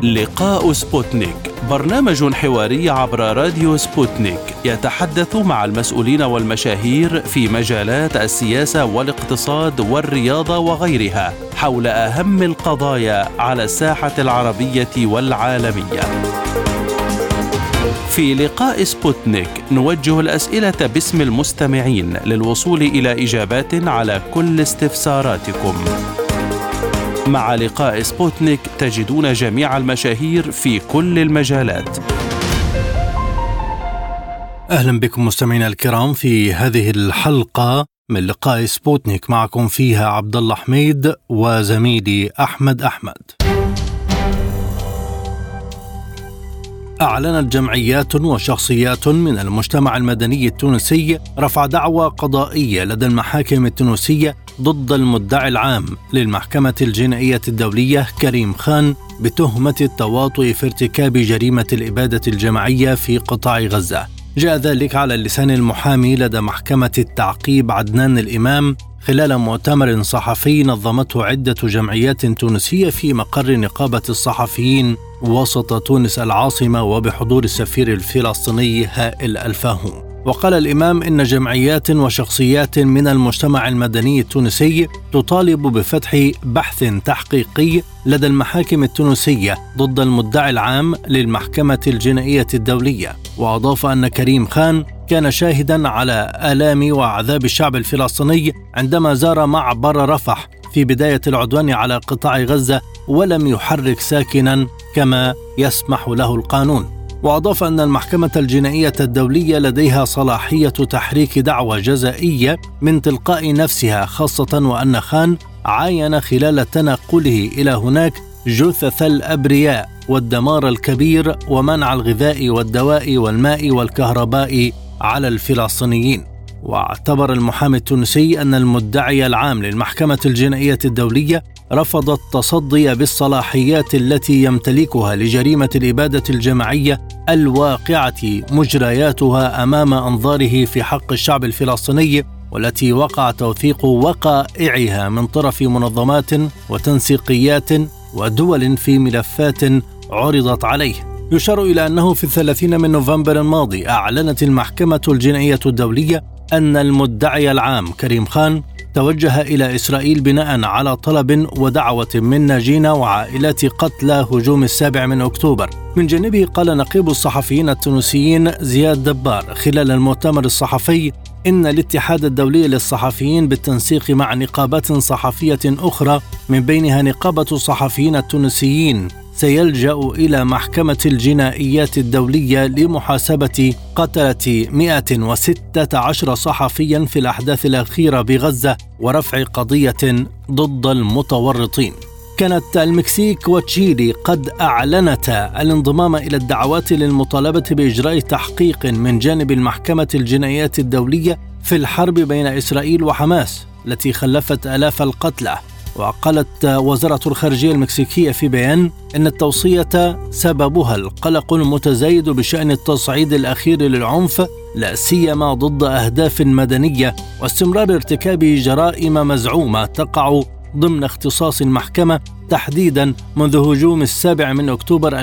لقاء سبوتنيك، برنامج حواري عبر راديو سبوتنيك يتحدث مع المسؤولين والمشاهير في مجالات السياسة والاقتصاد والرياضة وغيرها حول أهم القضايا على الساحة العربية والعالمية. في لقاء سبوتنيك نوجه الأسئلة باسم المستمعين للوصول إلى إجابات على كل استفساراتكم. مع لقاء سبوتنيك تجدون جميع المشاهير في كل المجالات. أهلا بكم مستمعينا الكرام في هذه الحلقة من لقاء سبوتنيك، معكم فيها عبد الله حميد وزميلي أحمد. أعلنت جمعيات وشخصيات من المجتمع المدني التونسي رفع دعوى قضائية لدى المحاكم التونسية ضد المدعي العام للمحكمة الجنائية الدولية كريم خان بتهمة التواطؤ في ارتكاب جريمة الإبادة الجماعية في قطاع غزة. جاء ذلك على لسان المحامي لدى محكمة التعقيب عدنان الإمام خلال مؤتمر صحفي نظمته عدة جمعيات تونسية في مقر نقابة الصحفيين وسط تونس العاصمة وبحضور السفير الفلسطيني هائل الفاهوم. وقال الإمام إن جمعيات وشخصيات من المجتمع المدني التونسي تطالب بفتح بحث تحقيقي لدى المحاكم التونسية ضد المدعي العام للمحكمة الجنائية الدولية. وأضاف أن كريم خان كان شاهدا على آلام وعذاب الشعب الفلسطيني عندما زار معبر رفح في بداية العدوان على قطاع غزة ولم يحرك ساكنا كما يسمح له القانون. وأضاف أن المحكمة الجنائية الدولية لديها صلاحية تحريك دعوى جزائية من تلقاء نفسها، خاصة وأن خان عاين خلال تنقله إلى هناك جثث الأبرياء والدمار الكبير ومنع الغذاء والدواء والماء والكهرباء على الفلسطينيين. واعتبر المحامي التونسي أن المدعي العام للمحكمة الجنائية الدولية رفض التصدي بالصلاحيات التي يمتلكها لجريمة الإبادة الجماعية الواقعة مجرياتها أمام أنظاره في حق الشعب الفلسطيني، والتي وقع توثيق وقائعها من طرف منظمات وتنسيقيات ودول في ملفات عرضت عليه. يشار إلى أنه في 30 من نوفمبر الماضي أعلنت المحكمة الجنائية الدولية أن المدعي العام كريم خان توجه إلى إسرائيل بناء على طلب ودعوة من ناجين وعائلات قتلى هجوم 7 من أكتوبر. من جانبه قال نقيب الصحفيين التونسيين زياد دبار خلال المؤتمر الصحفي إن الاتحاد الدولي للصحفيين بالتنسيق مع نقابات صحفية أخرى من بينها نقابة الصحفيين التونسيين سيلجأ إلى محكمة الجنائيات الدولية لمحاسبة قتلة 116 صحفيا في الأحداث الأخيرة بغزة ورفع قضية ضد المتورطين. كانت المكسيك وتشيلي قد أعلنتا الانضمام إلى الدعوات للمطالبة بإجراء تحقيق من جانب المحكمة الجنائيات الدولية في الحرب بين إسرائيل وحماس التي خلفت آلاف القتلى. وقالت وزارة الخارجية المكسيكية في بيان إن التوصية سببها القلق المتزايد بشأن التصعيد الأخير للعنف لا سيما ضد أهداف مدنية واستمرار ارتكاب جرائم مزعومة تقع ضمن اختصاص المحكمة، تحديدا منذ هجوم 7 من أكتوبر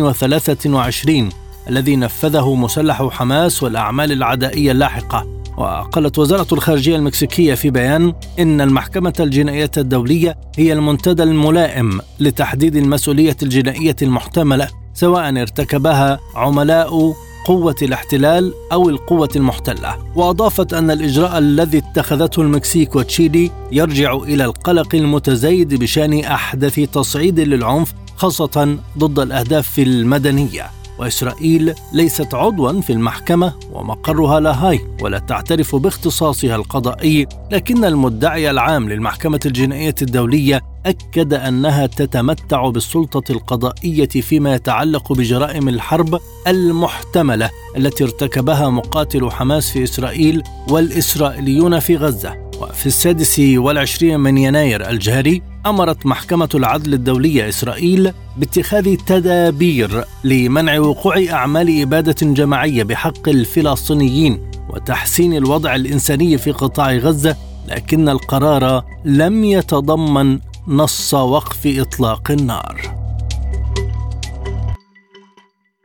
2023 الذي نفذه مسلح حماس والأعمال العدائية اللاحقة. وقالت وزارة الخارجية المكسيكية في بيان إن المحكمة الجنائية الدولية هي المنتدى الملائم لتحديد المسؤولية الجنائية المحتملة سواء ارتكبها عملاء قوة الاحتلال أو القوة المحتلة. وأضافت أن الإجراء الذي اتخذته المكسيك وتشيلي يرجع إلى القلق المتزايد بشأن أحدث تصعيد للعنف خاصة ضد الأهداف المدنية. وإسرائيل ليست عضوا في المحكمة ومقرها لاهاي ولا تعترف باختصاصها القضائي، لكن المدعي العام للمحكمة الجنائية الدولية أكد أنها تتمتع بالسلطة القضائية فيما يتعلق بجرائم الحرب المحتملة التي ارتكبها مقاتل حماس في إسرائيل والإسرائيليون في غزة. وفي 26 من يناير الجاري أمرت محكمة العدل الدولية إسرائيل باتخاذ تدابير لمنع وقوع أعمال إبادة جماعية بحق الفلسطينيين وتحسين الوضع الإنساني في قطاع غزة، لكن القرار لم يتضمن نص وقف إطلاق النار.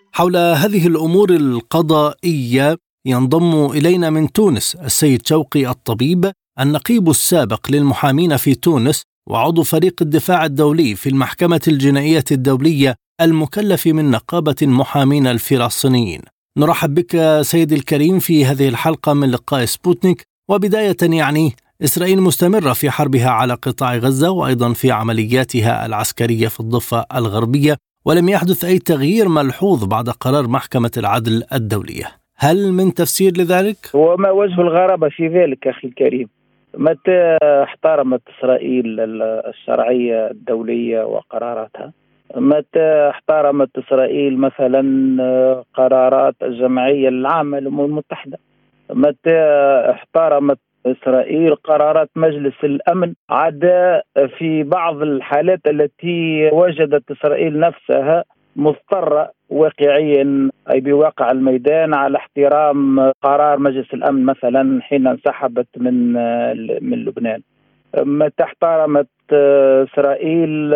حول هذه الأمور القضائية ينضم إلينا من تونس السيد شوقي الطبيب، النقيب السابق للمحامين في تونس وعضو فريق الدفاع الدولي في المحكمة الجنائية الدولية المكلف من نقابة المحامين الفلسطينيين. نرحب بك سيدي الكريم في هذه الحلقة من لقاء سبوتنيك. وبداية إسرائيل مستمرة في حربها على قطاع غزة وأيضا في عملياتها العسكرية في الضفة الغربية، ولم يحدث أي تغيير ملحوظ بعد قرار محكمة العدل الدولية. هل من تفسير لذلك؟ وما وجه الغرابة في ذلك أخي الكريم؟ متى احترمت إسرائيل الشرعية الدولية وقراراتها؟ متى احترمت إسرائيل مثلا قرارات الجمعية العامة للأمم المتحدة؟ متى احترمت إسرائيل قرارات مجلس الأمن؟ عدا في بعض الحالات التي وجدت إسرائيل نفسها مضطرة واقعيا أي بواقع الميدان على احترام قرار مجلس الأمن، مثلا حين انسحبت من لبنان. متى احترمت إسرائيل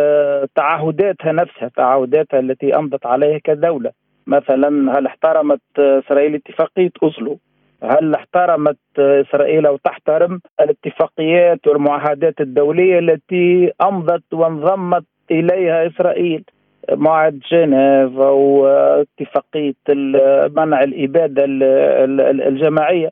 تعهداتها التي أمضت عليها كدولة؟ مثلا هل احترمت إسرائيل اتفاقية أوسلو؟ هل احترمت إسرائيل أو تحترم الاتفاقيات والمعاهدات الدولية التي أمضت وانضمت إليها إسرائيل؟ معاهدة جنيف واتفاقية منع الإبادة الجماعية.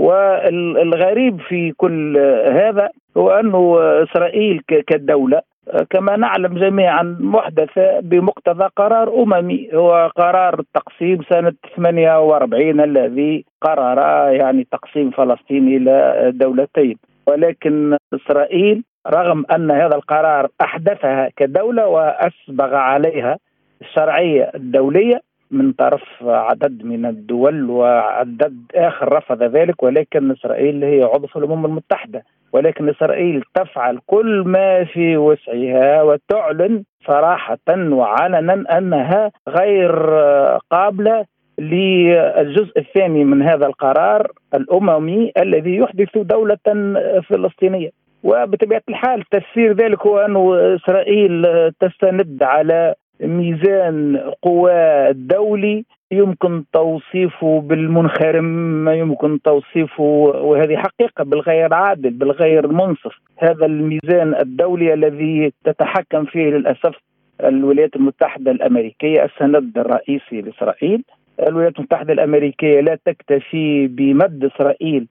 والغريب في كل هذا هو أن إسرائيل كدولة كما نعلم جميعا محدثة بمقتضى قرار أممي، هو قرار التقسيم سنة 48 الذي قرر يعني تقسيم فلسطين إلى دولتين. ولكن إسرائيل رغم أن هذا القرار أحدثها كدولة وأسبغ عليها الشرعية الدولية من طرف عدد من الدول وعدد آخر رفض ذلك، ولكن إسرائيل هي عضو في الأمم المتحدة. ولكن إسرائيل تفعل كل ما في وسعها وتعلن صراحة وعلنا أنها غير قابلة للجزء الثاني من هذا القرار الأممي الذي يحدث دولة فلسطينية. وبطبيعة الحال تفسير ذلك هو أن إسرائيل تستند على ميزان قوى دولي يمكن توصيفه بالمنخرم، يمكن توصيفه وهذه حقيقة بالغير عادل بالغير منصف. هذا الميزان الدولي الذي تتحكم فيه للأسف الولايات المتحدة الأمريكية السند الرئيسي لإسرائيل. الولايات المتحدة الأمريكية لا تكتفي بمد إسرائيل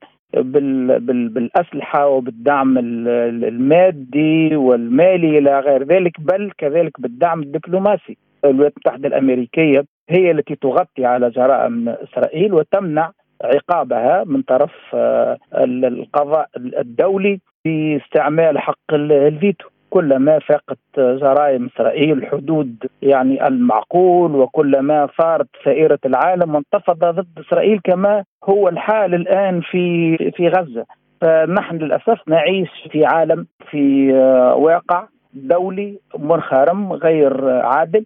بالأسلحة وبالدعم المادي والمالي إلى غير ذلك، بل كذلك بالدعم الدبلوماسي. الولايات المتحدة الأمريكية هي التي تغطي على جرائم إسرائيل وتمنع عقابها من طرف القضاء الدولي باستعمال حق الفيتو. كلما فاقت جرائم إسرائيل حدود يعني المعقول، وكلما صارت سائرة العالم وانتفض ضد إسرائيل كما هو الحال الآن في غزة. فنحن للأسف نعيش في عالم في واقع دولي منخرم غير عادل،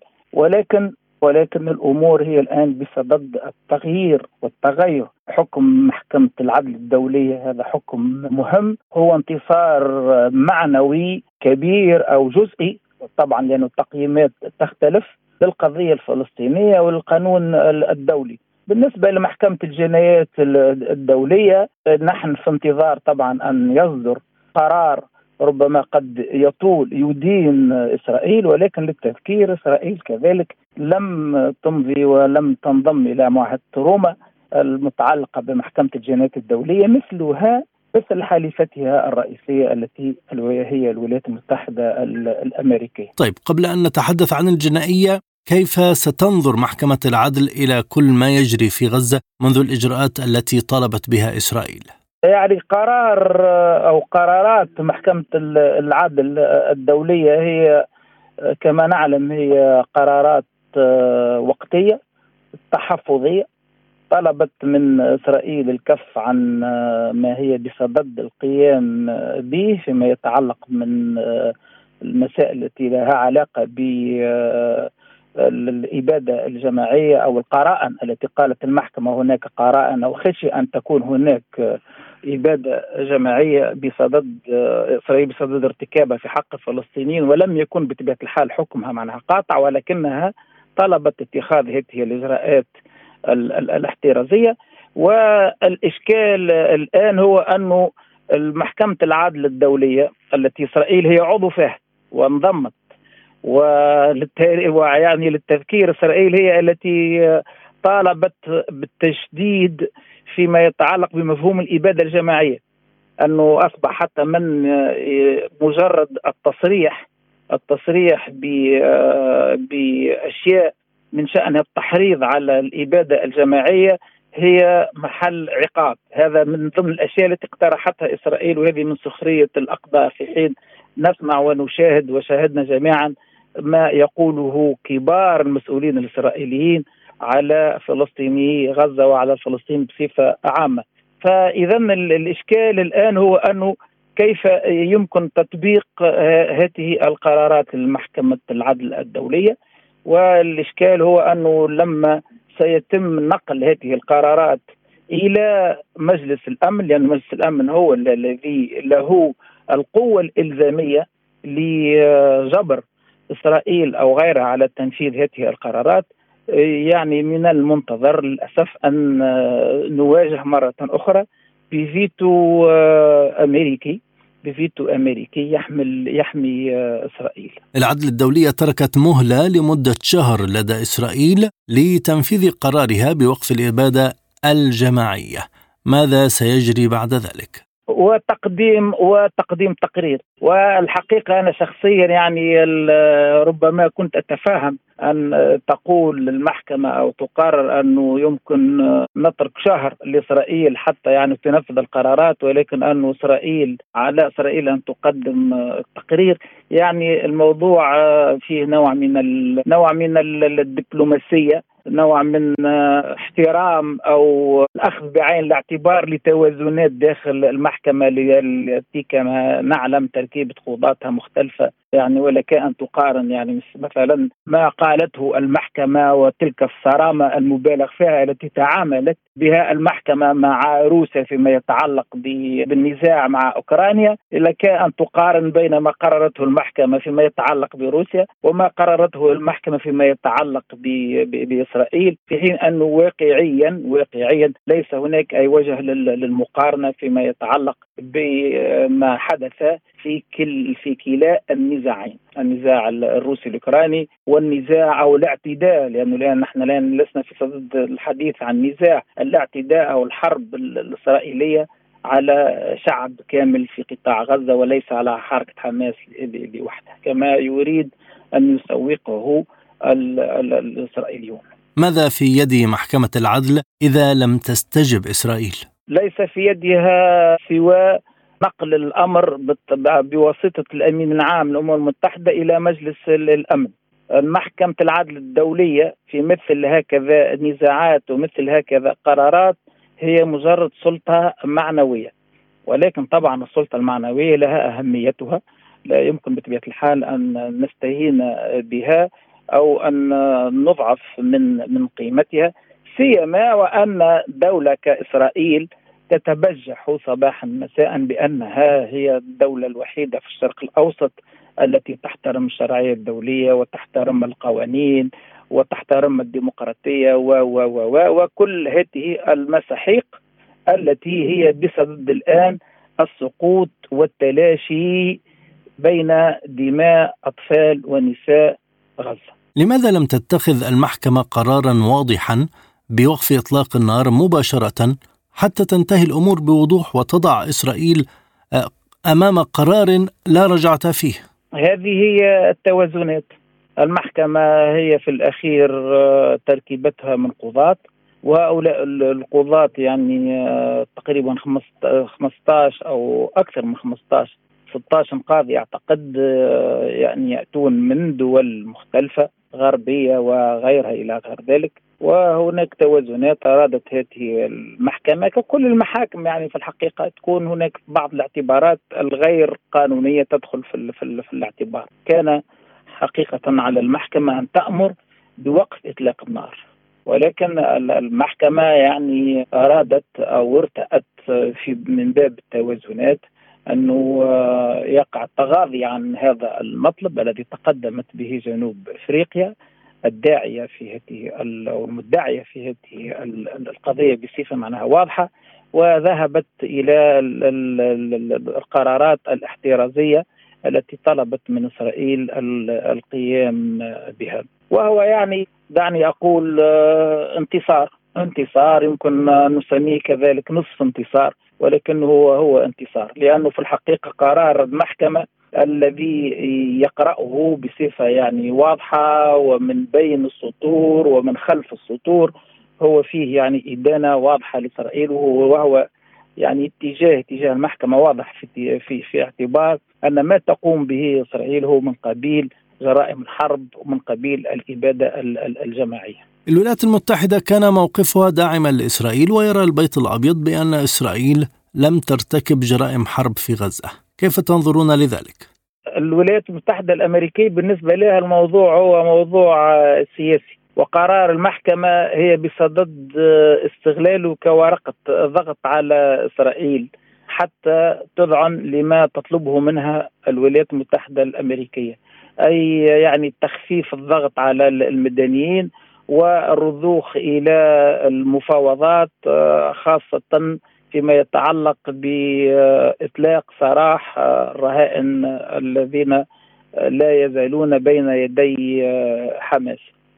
ولكن الأمور هي الآن بصدد التغيير والتغير. حكم محكمة العدل الدولية هذا حكم مهم، هو انتصار معنوي كبير أو جزئي طبعا لأن التقييمات تختلف للقضية الفلسطينية والقانون الدولي. بالنسبة لمحكمة الجنايات الدولية نحن في انتظار طبعا أن يصدر قرار ربما قد يطول يدين إسرائيل، ولكن للتذكير إسرائيل كذلك لم تمضي ولم تنضم إلى معاهدة روما المتعلقة بمحكمة الجنايات الدولية مثل حليفتها الرئيسية التي هي الولايات المتحدة الأمريكية. طيب، قبل أن نتحدث عن الجنائية، كيف ستنظر محكمة العدل إلى كل ما يجري في غزة منذ الإجراءات التي طالبت بها إسرائيل؟ يعني قرار أو قرارات محكمة العدل الدولية هي كما نعلم هي قرارات وقتية تحفظية، طلبت من إسرائيل الكف عن ما هي بصدد القيام به فيما يتعلق من المسائل التي لها علاقة بالإبادة الجماعية أو القرائن التي قالت المحكمة هناك قرائن أو خشي أن تكون هناك إبادة جماعية بصدد إسرائيل بصدد ارتكابها في حق الفلسطينيين، ولم يكن بطبيعة الحال حكمها معناها قاطع، ولكنها طلبت اتخاذ هذه الإجراءات الاحترازية. والإشكال الآن هو أنه محكمة العدل الدولية التي إسرائيل هي عضو فيها وانضمت، ويعني للتذكير إسرائيل هي التي طالبت بالتشديد فيما يتعلق بمفهوم الإبادة الجماعية، أنه أصبح حتى من مجرد التصريح بأشياء من شأن التحريض على الإبادة الجماعية هي محل عقاب. هذا من ضمن الأشياء التي اقترحتها إسرائيل، وهذه من سخرية الأقدار، في حين نسمع ونشاهد وشاهدنا جميعا ما يقوله كبار المسؤولين الإسرائيليين على فلسطيني غزة وعلى فلسطين بصفة عامة. فإذا الإشكال الآن هو أنه كيف يمكن تطبيق هذه القرارات لمحكمة العدل الدولية. والإشكال هو أنه لما سيتم نقل هذه القرارات إلى مجلس الأمن، لأن مجلس الأمن هو الذي له القوة الإلزامية لجبر إسرائيل أو غيرها على تنفيذ هذه القرارات، يعني من المنتظر للأسف أن نواجه مرة أخرى بفيتو أمريكي يحمي إسرائيل. العدل الدولية تركت مهلة لمدة شهر لدى إسرائيل لتنفيذ قرارها بوقف الإبادة الجماعية. ماذا سيجري بعد ذلك؟ وتقديم تقرير. والحقيقة أنا شخصيا يعني ربما كنت أتفهم أن تقول المحكمة أو تقرر أنه يمكن نترك شهر لإسرائيل حتى يعني تنفذ القرارات، ولكن أنه على إسرائيل أن تقدم تقرير. يعني الموضوع فيه نوع من الدبلوماسية، نوع من احترام أو الأخذ بعين الاعتبار لتوازنات داخل المحكمة التي كما نعلم تركيبة قضاتها مختلفة، يعني ولك أن تقارن يعني مثلا ما قالته المحكمة وتلك الصرامة المبالغ فيها التي تعاملت بها المحكمة مع روسيا فيما يتعلق بالنزاع مع أوكرانيا، لك أن تقارن بين ما قررته المحكمة فيما يتعلق بروسيا وما قررته المحكمة فيما يتعلق بإسرائيل، في حين أنه واقعيا ليس هناك أي وجه للمقارنة فيما يتعلق بما حدث في كلا النزاعين، النزاع الروسي الأوكراني والنزاع أو الاعتداء، لأنه نحن لسنا في صدد الحديث عن نزاع الاعتداء أو الحرب الإسرائيلية على شعب كامل في قطاع غزة وليس على حركة حماس لوحدها كما يريد أن يسوقه الإسرائيليون. ماذا في يد محكمة العدل إذا لم تستجب إسرائيل؟ ليس في يدها سوى نقل الأمر بواسطة الأمين العام للأمم المتحدة إلى مجلس الأمن. محكمة العدل الدولية في مثل هكذا نزاعات ومثل هكذا قرارات هي مجرد سلطة معنوية، ولكن طبعا السلطة المعنوية لها أهميتها، لا يمكن بطبيعة الحال أن نستهين بها أو أن نضعف من قيمتها، سيما وأن دولة كإسرائيل تتبجح صباحا مساء بأنها هي الدولة الوحيدة في الشرق الأوسط التي تحترم الشرعية الدولية وتحترم القوانين وتحترم الديمقراطية وكل هذه المساحيق التي هي بصدد الآن السقوط والتلاشي بين دماء أطفال ونساء غزة. لماذا لم تتخذ المحكمة قرارا واضحا بوقف إطلاق النار مباشرة حتى تنتهي الأمور بوضوح وتضع إسرائيل أمام قرار لا رجعة فيه؟ هذه هي التوازنات. المحكمة هي في الأخير تركيبتها من قضاة، وهؤلاء القضاة يعني تقريبا 15 أو أكثر من 16 قاضي أعتقد، يعني يأتون من دول مختلفة غربية وغيرها إلى غير ذلك. وهناك توازنات أرادت هذه المحكمة ككل المحاكم يعني في الحقيقة تكون هناك بعض الاعتبارات الغير قانونية تدخل في الاعتبار. كان حقيقة على المحكمة أن تأمر بوقف إطلاق النار، ولكن المحكمة يعني أرادت أو ارتأت من باب التوازنات أنه يقع التغاضي عن هذا المطلب الذي تقدمت به جنوب أفريقيا الداعية في هذه أو المدعية في هذه القضية بصفة معناها واضحة، وذهبت إلى القرارات الاحترازية التي طلبت من إسرائيل القيام بها. وهو يعني دعني أقول انتصار يمكن نسميه كذلك نصف انتصار، ولكنه هو انتصار، لأنه في الحقيقة قرار المحكمة الذي يقرأه بصفة يعني واضحة ومن بين السطور ومن خلف السطور هو فيه يعني إدانة واضحة لإسرائيل، وهو يعني اتجاه المحكمة واضح في اعتبار أن ما تقوم به إسرائيل هو من قبيل جرائم الحرب ومن قبيل الإبادة الجماعية. الولايات المتحدة كان موقفها داعما لإسرائيل، ويرى البيت الأبيض بأن إسرائيل لم ترتكب جرائم حرب في غزة. كيف تنظرون لذلك؟ الولايات المتحدة الأمريكية بالنسبة لها الموضوع هو موضوع سياسي، وقرار المحكمة هي بصدد استغلاله كورقة ضغط على إسرائيل حتى تذعن لما تطلبه منها الولايات المتحدة الأمريكية، أي يعني تخفيف الضغط على المدنيين والرضوخ إلى المفاوضات، خاصة فيما يتعلق بإطلاق سراح الرهائن الذين لا يزالون بين يدي حماس.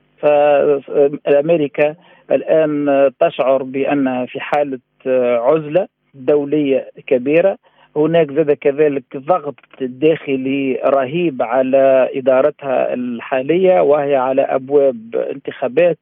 فأمريكا الآن تشعر بأنها في حالة عزلة دولية كبيرة. هناك زاد كذلك ضغط داخلي رهيب على إدارتها الحالية، وهي على أبواب انتخابات،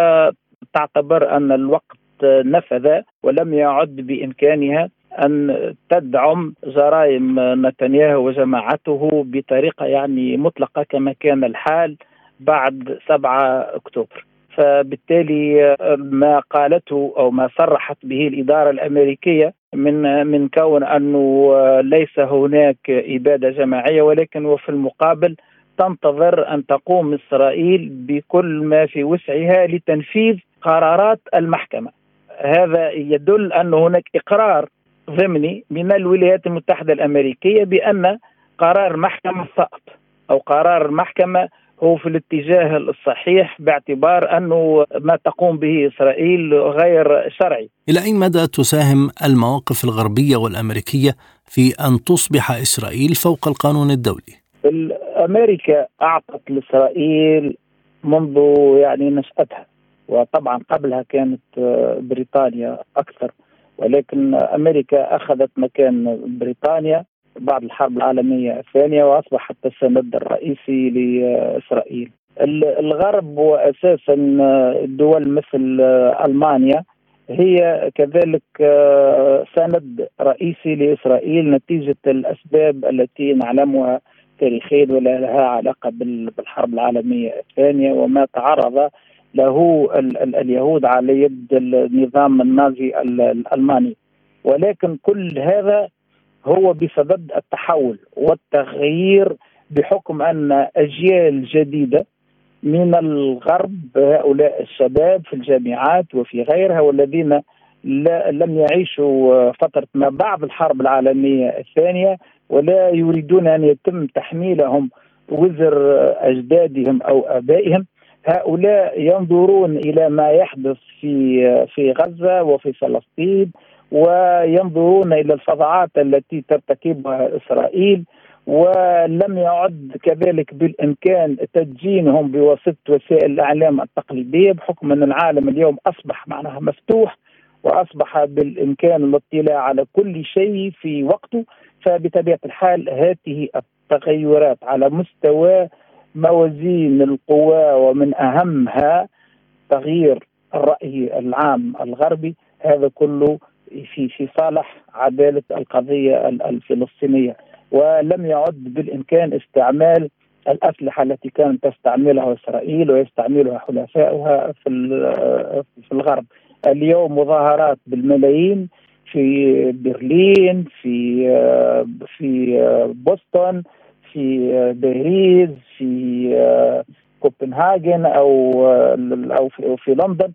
وتعتبر أن الوقت نفذ ولم يعد بإمكانها أن تدعم جرائم نتنياهو وجماعته بطريقة يعني مطلقة كما كان الحال بعد 7 أكتوبر. فبالتالي ما قالته أو ما صرحت به الإدارة الأمريكية من كون أنه ليس هناك إبادة جماعية، ولكن وفي المقابل تنتظر أن تقوم إسرائيل بكل ما في وسعها لتنفيذ قرارات المحكمة. هذا يدل أن هناك إقرار ضمني من الولايات المتحدة الأمريكية بأن قرار المحكمة سقط، أو قرار المحكمة هو في الاتجاه الصحيح، باعتبار أنه ما تقوم به إسرائيل غير شرعي. إلى أي مدى تساهم المواقف الغربية والأمريكية في أن تصبح إسرائيل فوق القانون الدولي؟ أمريكا أعطت لإسرائيل منذ يعني نشأتها، وطبعا قبلها كانت بريطانيا أكثر، ولكن أمريكا أخذت مكان بريطانيا بعد الحرب العالمية الثانية وأصبحت السند الرئيسي لإسرائيل. الغرب وأساسا دول مثل ألمانيا هي كذلك سند رئيسي لإسرائيل نتيجة الأسباب التي نعلمها تاريخيا ولا لها علاقة بالحرب العالمية الثانية وما تعرض له اليهود على يد النظام النازي الألماني. ولكن كل هذا هو بسبب التحول والتغيير بحكم أن أجيال جديدة من الغرب، هؤلاء الشباب في الجامعات وفي غيرها والذين لم يعيشوا فترة ما بعد الحرب العالمية الثانية ولا يريدون أن يتم تحميلهم وزر أجدادهم أو آبائهم، هؤلاء ينظرون إلى ما يحدث في غزة وفي فلسطين، وينظرون إلى الفظاعات التي ترتكبها إسرائيل، ولم يعد كذلك بالإمكان تدجينهم بواسطة وسائل الإعلام التقليدية، بحكم أن العالم اليوم أصبح معناها مفتوح وأصبح بالإمكان الاطلاع على كل شيء في وقته. فبطبيعة الحال هذه التغيرات على مستوى موازين القوى ومن أهمها تغيير الرأي العام الغربي، هذا كله في صالح عدالة القضية الفلسطينية، ولم يعد بالإمكان استعمال الأسلحة التي كانت تستعملها إسرائيل ويستعملها حلفائها في الغرب. اليوم مظاهرات بالملايين في برلين، في بوسطن، في باريس، في كوبنهاجن أو في لندن.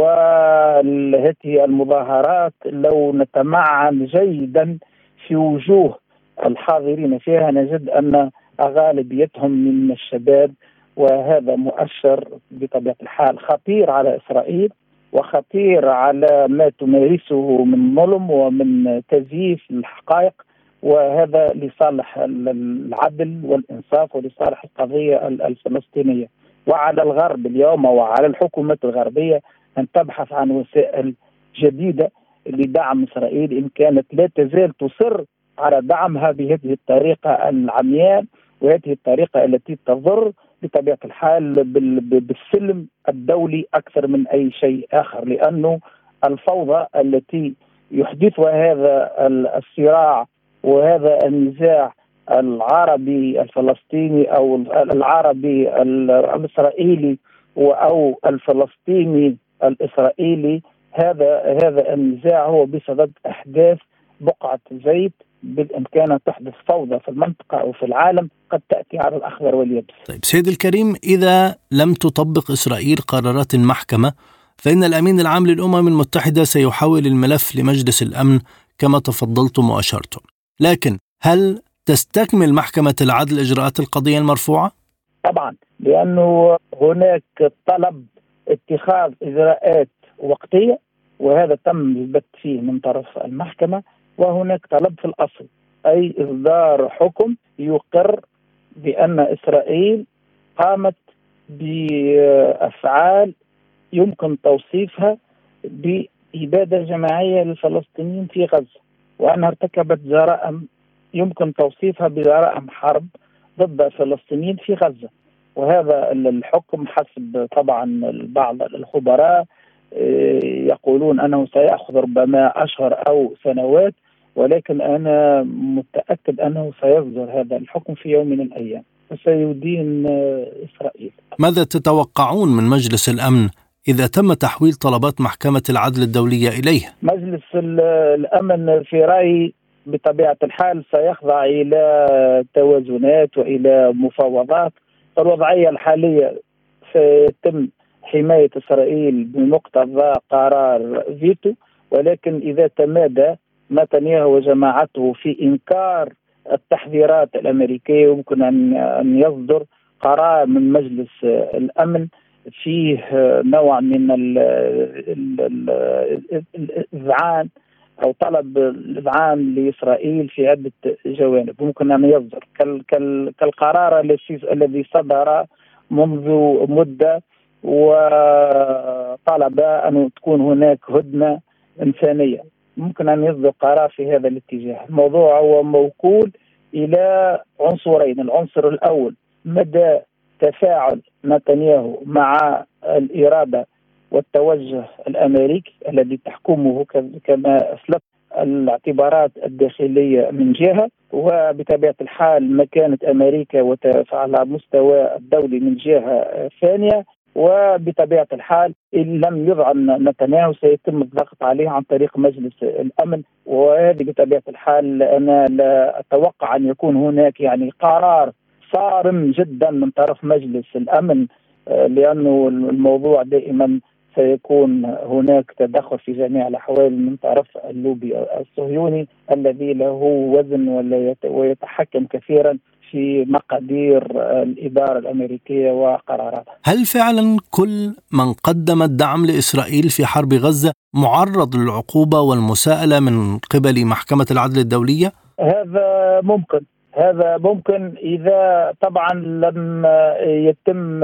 وهذه المظاهرات لو نتمعن جيدا في وجوه الحاضرين فيها نجد أن غالبيتهم من الشباب وهذا مؤشر بطبيعة الحال خطير على إسرائيل وخطير على ما تمارسه من ظلم ومن تزييف الحقائق، وهذا لصالح العدل والإنصاف ولصالح القضية الفلسطينية. وعلى الغرب اليوم وعلى الحكومات الغربية أن تبحث عن وسائل جديدة لدعم إسرائيل إن كانت لا تزال تصر على دعمها بهذه الطريقة العمياء وهذه الطريقة التي تضر بطبيعة الحال بالسلم الدولي أكثر من أي شيء آخر، لأنه الفوضى التي يحدثها هذا الصراع وهذا النزاع العربي الفلسطيني أو العربي الإسرائيلي أو الفلسطيني الإسرائيلي، هذا النزاع هو بصدد أحداث بقعة زيت بالإمكان أن تحدث فوضى في المنطقة أو في العالم قد تأتي على الأخضر واليابس. طيب سيد الكريم، إذا لم تطبق إسرائيل قرارات المحكمة فإن الأمين العام للأمم المتحدة سيحول الملف لمجلس الأمن كما تفضلتم وأشرتم، لكن هل تستكمل محكمة العدل إجراءات القضية المرفوعة؟ طبعا، لأنه هناك طلب اتخاذ إجراءات وقتية وهذا تم البت فيه من طرف المحكمة، وهناك طلب في الأصل أي إصدار حكم يقر بأن إسرائيل قامت بأفعال يمكن توصيفها بإبادة جماعية للفلسطينيين في غزة، وأنها ارتكبت جرائم يمكن توصيفها بجرائم حرب ضد الفلسطينيين في غزة. وهذا الحكم حسب طبعا بعض الخبراء يقولون أنه سيأخذ ربما أشهر أو سنوات، ولكن أنا متأكد أنه سيصدر هذا الحكم في يوم من الأيام وسيدين إسرائيل. ماذا تتوقعون من مجلس الأمن إذا تم تحويل طلبات محكمة العدل الدولية إليه؟ مجلس الأمن في رأيي بطبيعة الحال سيخضع إلى توازنات وإلى مفاوضات. الوضعية الحالية سيتم حماية إسرائيل بمقتضى قرار فيتو، ولكن إذا تمادى نتنياهو وجماعته في إنكار التحذيرات الأمريكية يمكن أن يصدر قرار من مجلس الأمن فيه نوع من الإذعان أو طلب الإذعان لإسرائيل في عدة جوانب ممكن أن يصدر كالقرار الذي صدر منذ مدة وطلب أن تكون هناك هدنة إنسانية. ممكن أن يصدر قرار في هذا الاتجاه. الموضوع هو موكول إلى عنصرين. العنصر الأول مدى تفاعل نتنياهو مع الإرادة والتوجه الأمريكي الذي تحكمه كما أسلفت الاعتبارات الداخلية من جهة، وبطبيعة الحال مكانة أمريكا على مستوى الدولي من جهة ثانية. وبطبيعة الحال إن لم يذعن نتنياهو سيتم الضغط عليه عن طريق مجلس الأمن، وهذه بطبيعة الحال أنا لا أتوقع أن يكون هناك قرار صارم جدا من طرف مجلس الأمن، لأنه الموضوع دائما سيكون هناك تدخل في جميع الأحوال من طرف اللوبي الصهيوني الذي له وزن ويتحكم كثيرا في مقادير الإدارة الأمريكية وقراراتها. هل فعلا كل من قدم الدعم لإسرائيل في حرب غزة معرض للعقوبة والمساءلة من قبل محكمة العدل الدولية؟ هذا ممكن إذا طبعا لم يتم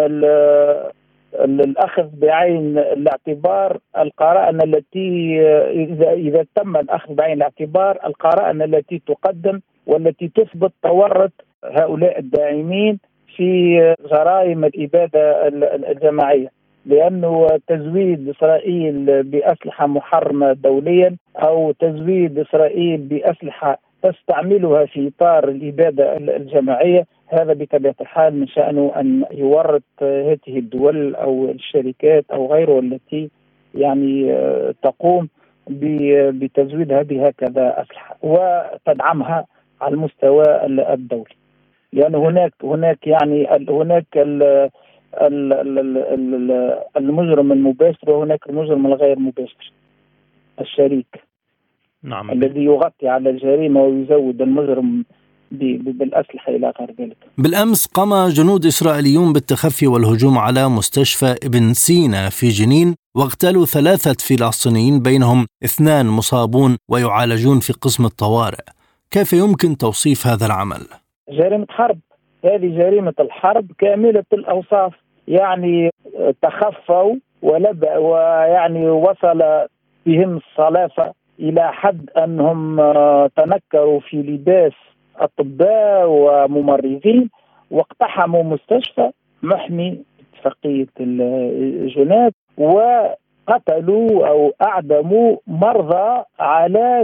الأخذ بعين الاعتبار القرائن التي إذا تم الأخذ بعين الاعتبار القرائن التي تقدم والتي تثبت تورط هؤلاء الداعمين في جرائم الإبادة الجماعية، لأنه تزويد إسرائيل بأسلحة محرمة دوليا أو تزويد إسرائيل بأسلحة تستعملها في إطار الإبادة الجماعية، هذا بطبيعة الحال من شأنه أن يورط هذه الدول أو الشركات أو غيره التي تقوم بتزويدها بهكذا أسلحة وتدعمها على المستوى الدولي، لأن هناك المجرم المباشر وهناك المجرم الغير مباشر الشريك. نعم. الذي يغطي على الجريمة ويزود المجرم بالأسلحة إلى غير ذلك. بالأمس قام جنود إسرائيليون بالتخفي والهجوم على مستشفى ابن سينا في جنين واغتالوا 3 فلسطينيين بينهم 2 مصابون ويعالجون في قسم الطوارئ. كيف يمكن توصيف هذا العمل؟ جريمة حرب، هذه جريمة الحرب كاملة الأوصاف. يعني تخفوا ويعني وصل بهم الصلافة إلى حد أنهم تنكروا في لباس أطباء وممرضين واقتحموا مستشفى محمي اتفاقية الجنيف وقتلوا أو أعدموا مرضى على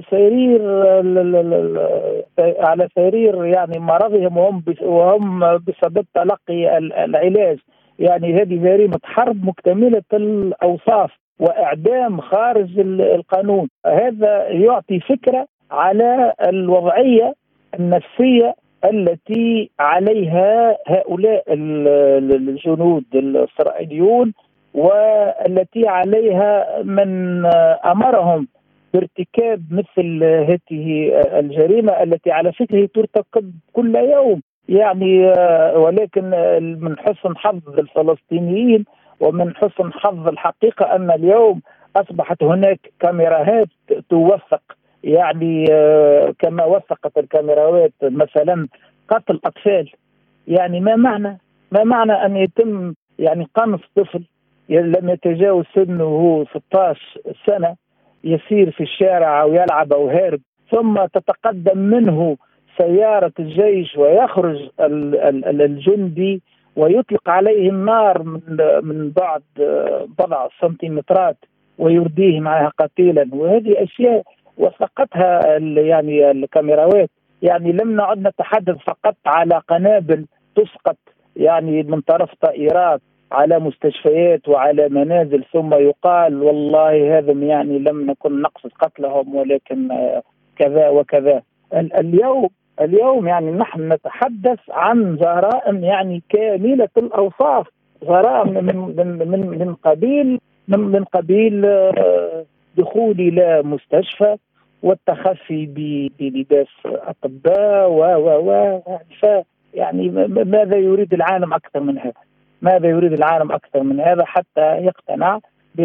سرير يعني مرضهم وهم بسبب تلقي العلاج. يعني هذه جريمة حرب مكتملة الأوصاف وإعدام خارج القانون. هذا يعطي فكرة على الوضعية النفسية التي عليها هؤلاء الجنود الإسرائيليون والتي عليها من أمرهم بارتكاب مثل هذه الجريمة التي على فكرة ترتكب كل يوم. يعني ولكن من حسن حظ الفلسطينيين ومن حسن حظ الحقيقة أن اليوم أصبحت هناك كاميرات توثق، يعني كما وثقت الكاميرات مثلا قتل أطفال. يعني ما معنى أن يتم يعني قنص طفل لم يتجاوز سنه 16 سنة يسير في الشارع أو يلعب أو هارب، ثم تتقدم منه سيارة الجيش ويخرج الجندي ويطلق عليه النار من بعد بضع سنتيمترات ويرديه معها قتيلا. وهذه أشياء وثقتها يعني الكاميرات. يعني لم نعد نتحدث فقط على قنابل تسقط يعني من طرف طائرات على مستشفيات وعلى منازل ثم يقال والله هذا يعني لم نكن نقصد قتلهم ولكن كذا وكذا. اليوم يعني نحن نتحدث عن جرائم يعني كاملة الأوصاف، جرائم من قبيل دخول إلى مستشفى والتخفي بلباس أطباء يعني ماذا يريد العالم أكثر من هذا؟ ماذا يريد العالم أكثر من هذا حتى يقتنع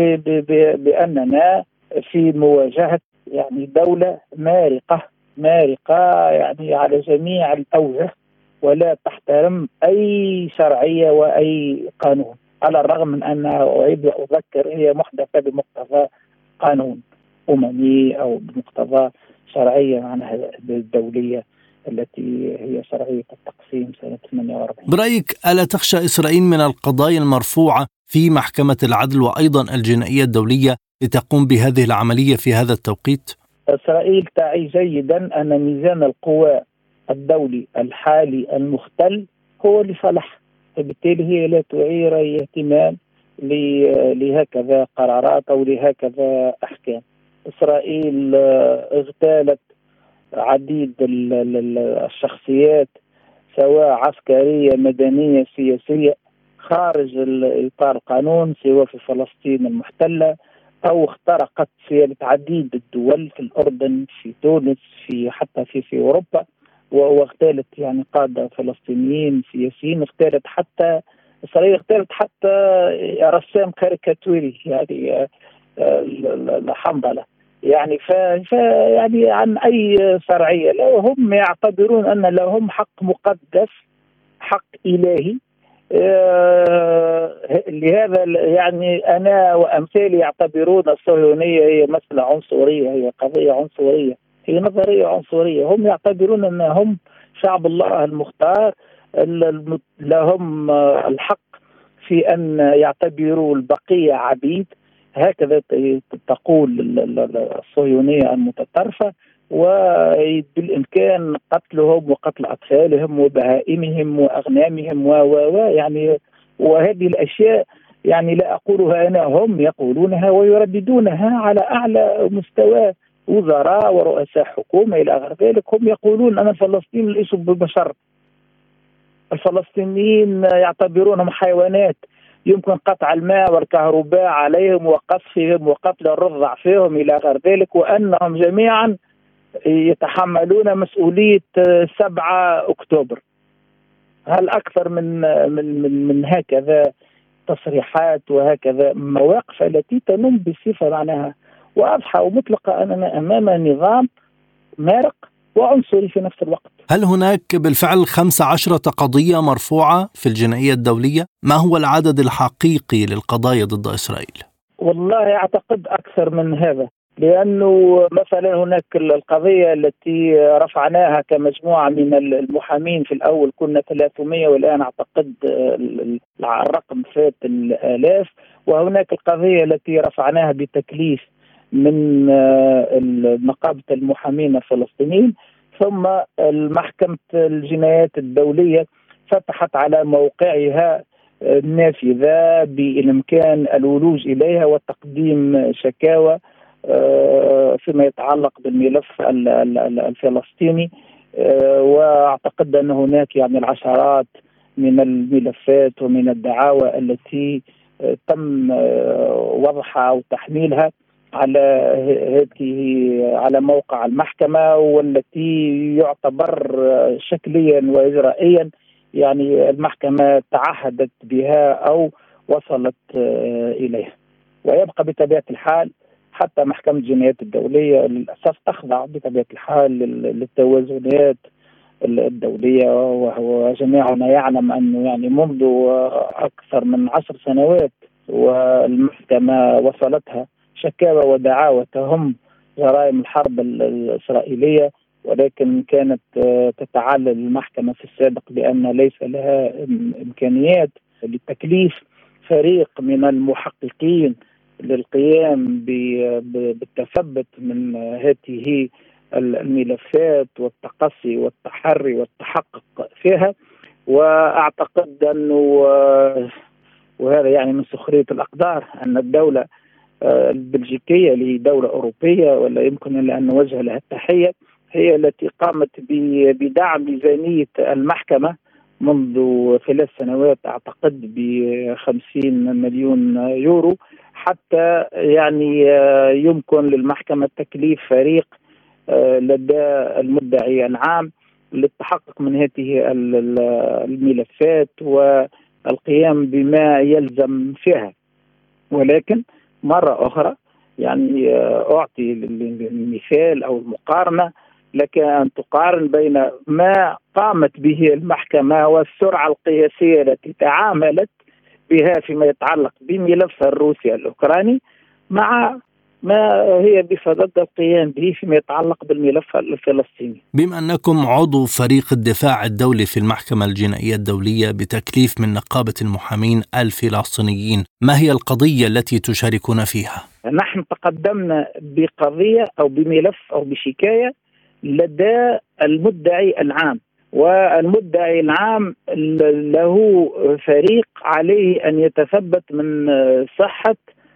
بأننا في مواجهة يعني دولة مارقة يعني على جميع الأوجه ولا تحترم أي شرعية وأي قانون، على الرغم من أنها أعيد وأذكر هي محدثة بمقتضى قانون أممي أو بمقتضى شرعية معناها الدولية التي هي شرعية التقسيم سنة 48. برأيك ألا تخشى إسرائيل من القضايا المرفوعة في محكمة العدل وأيضا الجنائية الدولية لتقوم بهذه العملية في هذا التوقيت؟ إسرائيل تعي جيدا أن ميزان القوى الدولي الحالي المختل هو لصالح، فبالتالي هي لا تعير أي اهتمام لهكذا قرارات أو لهكذا أحكام. إسرائيل اغتالت عديد الشخصيات سواء عسكرية مدنية سياسية خارج إطار القانون سواء في فلسطين المحتلة أو اخترقت في عديد الدول في الأردن في تونس حتى في أوروبا، واغتالت يعني قادة فلسطينيين سياسيين، إسرائيل اغتالت حتى رسام كاريكاتوري يعني حنظلة يعني يعني عن أي شرعية. هم يعتبرون أن لهم حق مقدس حق إلهي. لهذا يعني أنا وأمثالي يعتبرون الصهيونية هي مسألة عنصرية، هي قضية عنصرية، هي نظرية عنصرية. هم يعتبرون أنهم شعب الله المختار لهم الحق في أن يعتبروا البقية عبيد، هكذا تقول الصهيونية المتطرفة، وبالإمكان قتلهم وقتل أطفالهم وبهائمهم وأغنامهم يعني وهذه الأشياء يعني لا أقولها أنا، هم يقولونها ويرددونها على أعلى مستوى، وزراء ورؤساء حكومة إلى غير ذلك. هم يقولون أن الفلسطينيين ليسوا ببشر، الفلسطينيين يعتبرونهم حيوانات يمكن قطع الماء والكهرباء عليهم وقصفهم وقتل الرضع فيهم إلى غير ذلك، وأنهم جميعا يتحملون مسؤولية 7 أكتوبر. هل أكثر من هكذا تصريحات وهكذا مواقف التي تنم بصفة معناها واضحة ومطلقة أننا أمام نظام مارق وعنصري في نفس الوقت. هل هناك بالفعل 15 قضية مرفوعة في الجنائية الدولية؟ ما هو العدد الحقيقي للقضايا ضد إسرائيل؟ والله أعتقد أكثر من هذا، لأنه مثلا هناك القضية التي رفعناها كمجموعة من المحامين، في الأول كنا 300 والآن أعتقد الرقم فات الآلاف. وهناك القضية التي رفعناها بتكليف من نقابة المحامين الفلسطينيين. ثم المحكمة الجنايات الدولية فتحت على موقعها النافذة بالإمكان الولوج إليها وتقديم شكاوى فيما يتعلق بالملف الفلسطيني. واعتقد ان هناك يعني العشرات من الملفات ومن الدعاوى التي تم وضعها او تحميلها على موقع المحكمة، والتي يعتبر شكليا واجرائيا يعني المحكمة تعهدت بها او وصلت اليها. ويبقى بطبيعة الحال حتى محكمة الجنايات الدولية للأسف تخضع بطبيعة الحال للتوازنات الدولية، وهو جميعنا يعلم أنه يعني منذ أكثر من 10 سنوات والمحكمة وصلتها شكاوى ودعاوى تهم جرائم الحرب الإسرائيلية، ولكن كانت تتعلل المحكمة في السابق بأن ليس لها إمكانيات لتكليف فريق من المحققين للقيام بالتثبت من هذه الملفات والتقصي والتحري والتحقق فيها. وأعتقد أنه وهذا يعني من سخرية الأقدار أن الدولة البلجيكية اللي هي دولة أوروبية ولا يمكن أن نوجه لها التحية، هي التي قامت بدعم ميزانية المحكمة منذ 3 سنوات أعتقد ب50 مليون يورو، حتى يعني يمكن للمحكمة تكليف فريق لدى المدعي العام للتحقق من هذه الملفات والقيام بما يلزم فيها. ولكن مرة أخرى يعني أعطي المثال أو المقارنة لك أن تقارن بين ما قامت به المحكمة والسرعة القياسية التي تعاملت بها فيما يتعلق بملف الروسي الأوكراني مع ما هي بصدد القيام به فيما يتعلق بالملف الفلسطيني. بما أنكم عضو فريق الدفاع الدولي في المحكمة الجنائية الدولية بتكليف من نقابة المحامين الفلسطينيين، ما هي القضية التي تشاركون فيها؟ نحن تقدمنا بقضية أو بملف أو بشكاية لدى المدعي العام، والمدعي العام له فريق عليه أن يتثبت من صحة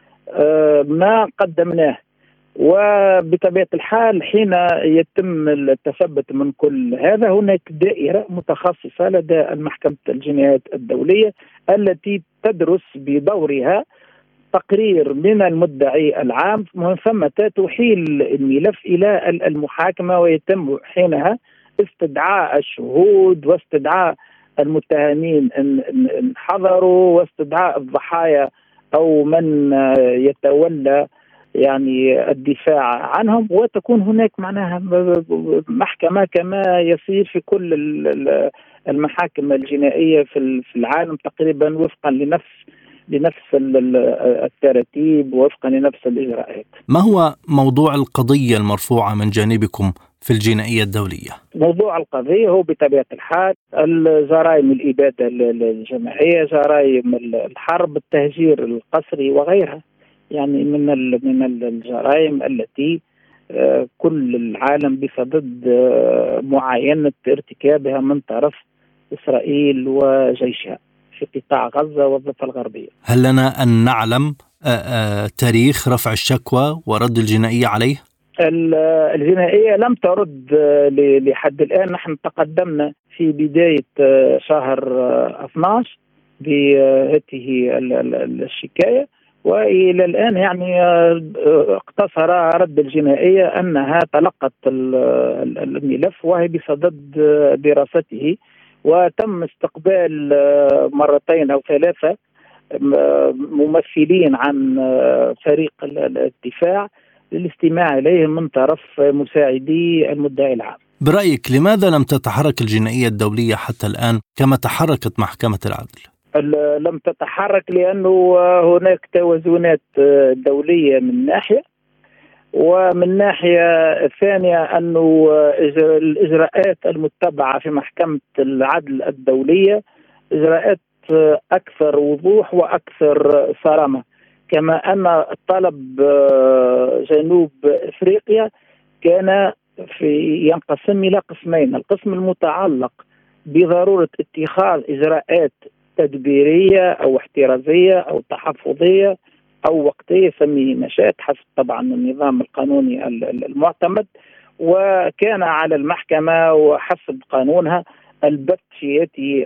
ما قدمناه. وبطبيعة الحال حين يتم التثبت من كل هذا هناك دائرة متخصصة لدى المحكمة الجنايات الدولية التي تدرس بدورها تقرير من المدعي العام، ومن ثم تحيل الملف إلى المحاكمة، ويتم حينها استدعاء الشهود واستدعاء المتهمين إن حضروا واستدعاء الضحايا أو من يتولى يعني الدفاع عنهم، وتكون هناك معناها محكمة كما يصير في كل المحاكم الجنائية في العالم تقريبا وفقا لنفس التراتيب ووفقا لنفس الإجراءات. ما هو موضوع القضية المرفوعة من جانبكم في الجنائية الدولية؟ موضوع القضية هو بطبيعة الحال الجرائم الإبادة الجماعية، جرائم الحرب، التهجير القسري وغيرها، يعني من الجرائم التي كل العالم بصدد معاينة ارتكابها من طرف إسرائيل وجيشها في قطاع غزة والضفة الغربية. هل لنا أن نعلم تاريخ رفع الشكوى ورد الجنائية عليه؟ الجنائية لم ترد لحد الآن. نحن تقدمنا في بداية شهر 12 بهذه الشكاية، وإلى الآن يعني اقتصر رد الجنائية أنها تلقت الملف وهي بصدد دراسته، وتم استقبال مرتين أو ثلاثة ممثلين عن فريق الدفاع للاستماع إليهم من طرف مساعدي المدعي العام. برأيك لماذا لم تتحرك الجنائية الدولية حتى الآن كما تحركت محكمة العدل؟ لم تتحرك لأنه هناك توازنات دولية من ناحية، ومن ناحية ثانية أنه الإجراءات المتبعة في محكمة العدل الدولية إجراءات أكثر وضوح وأكثر صرامة، كما أن طلب جنوب إفريقيا كان ينقسم إلى قسمين: القسم المتعلق بضرورة اتخاذ إجراءات تدبيرية أو احترازية أو تحفظية أو وقتية، سميه ما شئت حسب طبعا النظام القانوني المعتمد، وكان على المحكمة وحسب قانونها البت في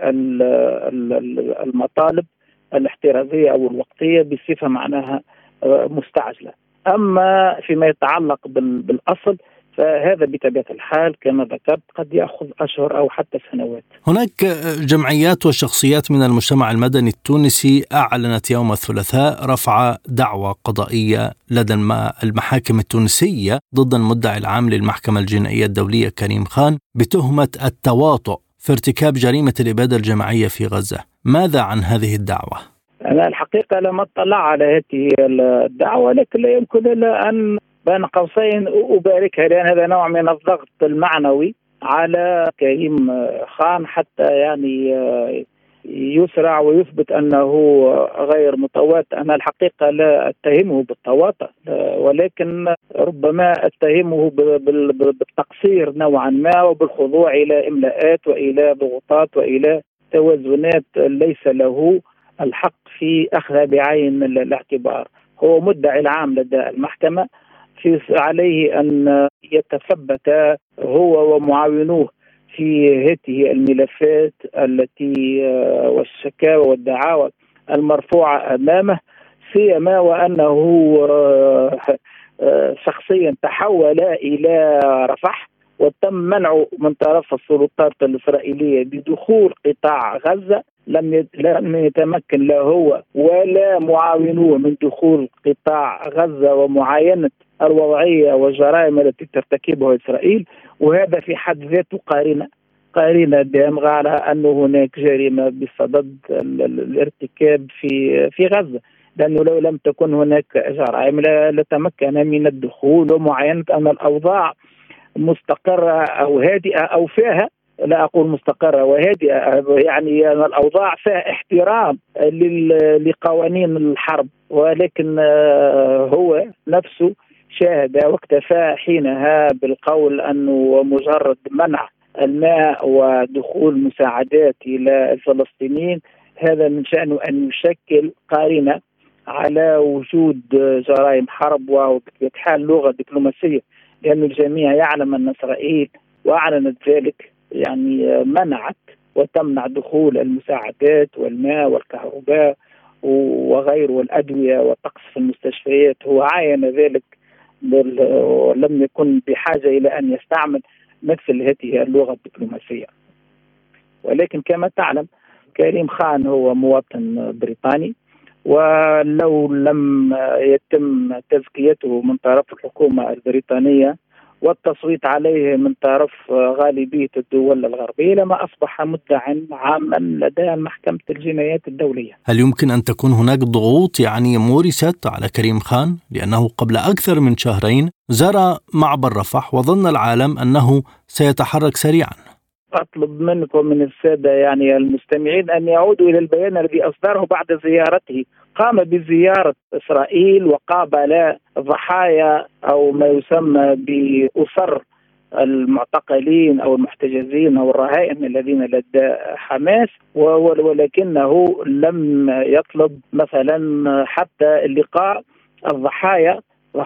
المطالب الاحترازية أو الوقتية بصفة معناها مستعجلة. أما فيما يتعلق بالأصل فهذا بطبيعة الحال كما ذكرت قد يأخذ أشهر أو حتى سنوات. هناك جمعيات وشخصيات من المجتمع المدني التونسي أعلنت يوم الثلاثاء رفع دعوى قضائية لدى المحاكم التونسية ضد المدعي العام للمحكمة الجنائية الدولية كريم خان بتهمة التواطؤ في ارتكاب جريمة الإبادة الجماعية في غزة. ماذا عن هذه الدعوة؟ أنا الحقيقة لم أطلع على هذه الدعوة، لكن لا يمكن إلا أن بين قوسين أباركها، لأن هذا نوع من الضغط المعنوي على كريم خان حتى يعني يسرع ويثبت أنه غير متواطئ. أنا الحقيقة لا أتهمه بالتواطؤ، ولكن ربما أتهمه بالتقصير نوعا ما وبالخضوع إلى إملاءات وإلى ضغوطات وإلى توازنات ليس له الحق في أخذها بعين الاعتبار. هو مدعي العام لدى المحكمة، عليه أن يتثبت هو ومعاونوه في هذه الملفات التي والشكاوى والدعاوى المرفوعة أمامه، سيما وأنه شخصيا تحول إلى رفح وتم منعه من طرف السلطات الإسرائيلية بدخول قطاع غزة. لم يتمكن لا هو ولا معاونوه من دخول قطاع غزة ومعاينة الوضعية والجرائم التي ترتكبها إسرائيل، وهذا في حد ذاته قارنة دامغة على أنه هناك جريمة بصدد الارتكاب في غزة، لأنه لو لم تكن هناك جرائم لتمكن من الدخول ومعاينة أن الأوضاع مستقرة أو هادئة أو فيها، لا أقول مستقرة وهادئة، يعني الأوضاع فيها احترام لقوانين الحرب، ولكن هو نفسه شاهد واكتفى حينها بالقول أنه مجرد منع الماء ودخول مساعدات إلى الفلسطينيين هذا من شأنه أن يشكل قارنة على وجود جرائم حرب وبحال لغة دبلوماسية، لأن الجميع يعلم أن إسرائيل وأعلنت ذلك يعني منعت وتمنع دخول المساعدات والماء والكهرباء وغيره والأدوية والطقس في المستشفيات. هو عاين ذلك ولم يكن بحاجة إلى أن يستعمل مثل هذه اللغة الدبلوماسية. ولكن كما تعلم كريم خان هو مواطن بريطاني، ولو لم يتم تزكيته من طرف الحكومة البريطانية والتصويت عليه من طرف غالبية الدول الغربية لما أصبح مدعا عاما لدى محكمة الجنايات الدولية. هل يمكن أن تكون هناك ضغوط مورست على كريم خان؟ لأنه قبل أكثر من شهرين زار معبر رفح وظن العالم أنه سيتحرك سريعا. أطلب منكم من السادة المستمعين أن يعودوا إلى البيان الذي أصدره بعد زيارته. قام بزيارة إسرائيل وقابل ضحايا أو ما يسمى بأسر المعتقلين أو المحتجزين أو الرهائن الذين لدى حماس، ولكنه لم يطلب مثلا حتى اللقاء الضحايا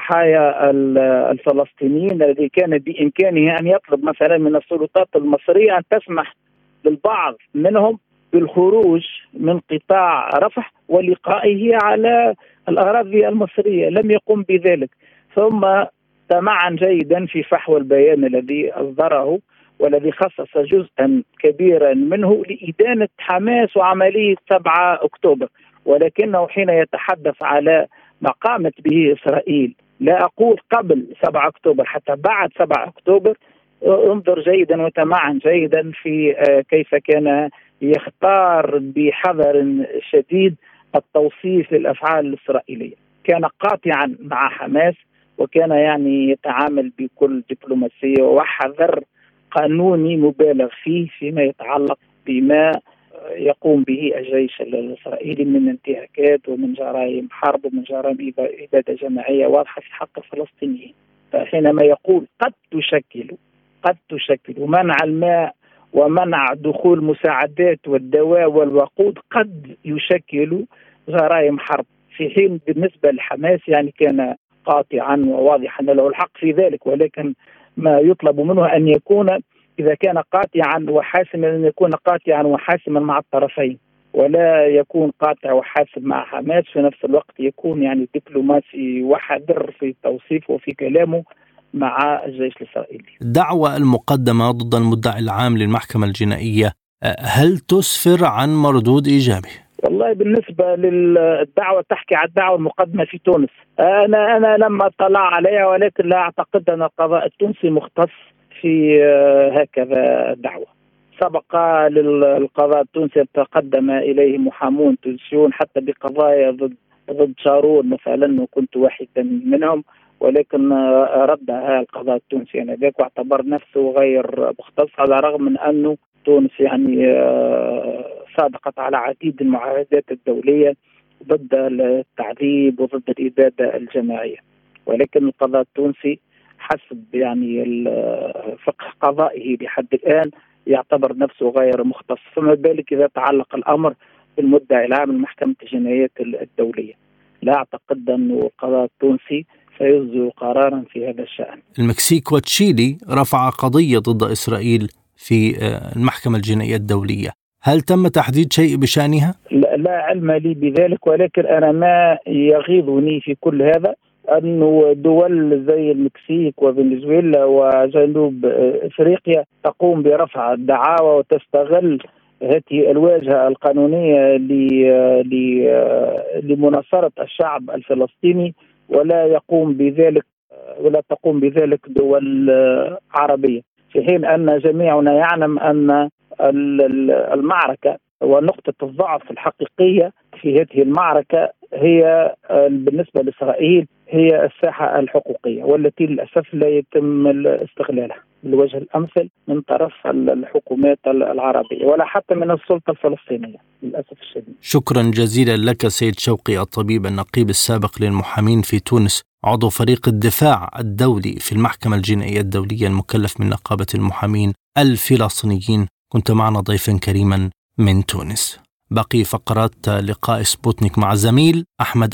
الفلسطينيين الذي كان بإمكانه أن يطلب مثلا من السلطات المصرية أن تسمح للبعض منهم بالخروج من قطاع رفح ولقائه على الأراضي المصرية، لم يقم بذلك. ثم تمعن جيدا في فحوى البيان الذي أصدره والذي خصص جزءا كبيرا منه لإدانة حماس وعملية 7 أكتوبر، ولكنه حين يتحدث على ما قامت به إسرائيل، لا أقول قبل 7 أكتوبر، حتى بعد 7 أكتوبر، انظر جيدا وتمعن جيدا في كيف كان يختار بحذر شديد التوصيف للأفعال الإسرائيلية. كان قاطعا مع حماس، وكان يعني يتعامل بكل دبلوماسية وحذر قانوني مبالغ فيه فيما يتعلق بما يقوم به الجيش الإسرائيلي من انتهاكات ومن جرائم حرب ومن جرائم إبادة جماعية واضحة في حق الفلسطينيين. فحينما يقول قد تشكل منع الماء ومنع دخول مساعدات والدواء والوقود قد يشكل جرائم حرب، في حين بالنسبة لحماس يعني كان قاطعا وواضحا له الحق في ذلك، ولكن ما يطلب منه أن يكون إذا كان قاطعا وحاسما أن يكون قاطعا وحاسما مع الطرفين، ولا يكون قاطع وحاسم مع حماس في نفس الوقت، يكون يعني دبلوماسي وحذر في توصيفه وفي كلامه مع الجيش الإسرائيلي. الدعوة المقدمة ضد المدعي العام للمحكمة الجنائية هل تسفر عن مردود إيجابي؟ والله بالنسبة للدعوة تحكي عن الدعوة المقدمة في تونس، أنا لم أطلع عليها، ولكن لا أعتقد أن القضاء التونسي مختص في هكذا دعوة. سبق للقضاء التونسي تقدم إليه محامون تونسيون حتى بقضايا ضد شارون مثلا، وكنت واحدا منهم، ولكن ردها القضاء التونسي آنذاك واعتبر نفسه غير مختص، على الرغم من أنه تونس يعني صادقت على عديد المعاهدات الدولية ضد التعذيب وضد الإبادة الجماعية، ولكن القضاء التونسي حسب يعني فقه قضائه لحد الآن يعتبر نفسه غير مختص، فما بالك إذا تعلق الأمر بالمدعي العام لمحكمة الجنايات الدولية. لا أعتقد أن القضاء التونسي سيصدر قرارا في هذا الشأن. المكسيك وتشيلي رفع قضية ضد إسرائيل في المحكمة الجنائية الدولية، هل تم تحديد شيء بشأنها؟ لا علم لي بذلك، ولكن أنا ما يغيظني في كل هذا أنه دول زي المكسيك وفنزويلا وجنوب إفريقيا تقوم برفع الدعاوى وتستغل هذه الواجهة القانونية لمناصرة الشعب الفلسطيني، ولا تقوم بذلك دول عربية، في حين أن جميعنا يعلم أن المعركة ونقطة الضعف الحقيقية في هذه المعركة هي بالنسبة لإسرائيل هي الساحة الحقوقية، والتي للأسف لا يتم استغلالها بالوجه الأمثل من طرف الحكومات العربية ولا حتى من السلطة الفلسطينية للأسف الشديد. شكرا جزيلا لك سيد شوقي الطبيب النقيب السابق للمحامين في تونس، عضو فريق الدفاع الدولي في المحكمة الجنائية الدولية المكلف من نقابة المحامين الفلسطينيين. كنت معنا ضيفا كريما من تونس. بقي فقرات لقاء سبوتنيك مع زميل أحمد.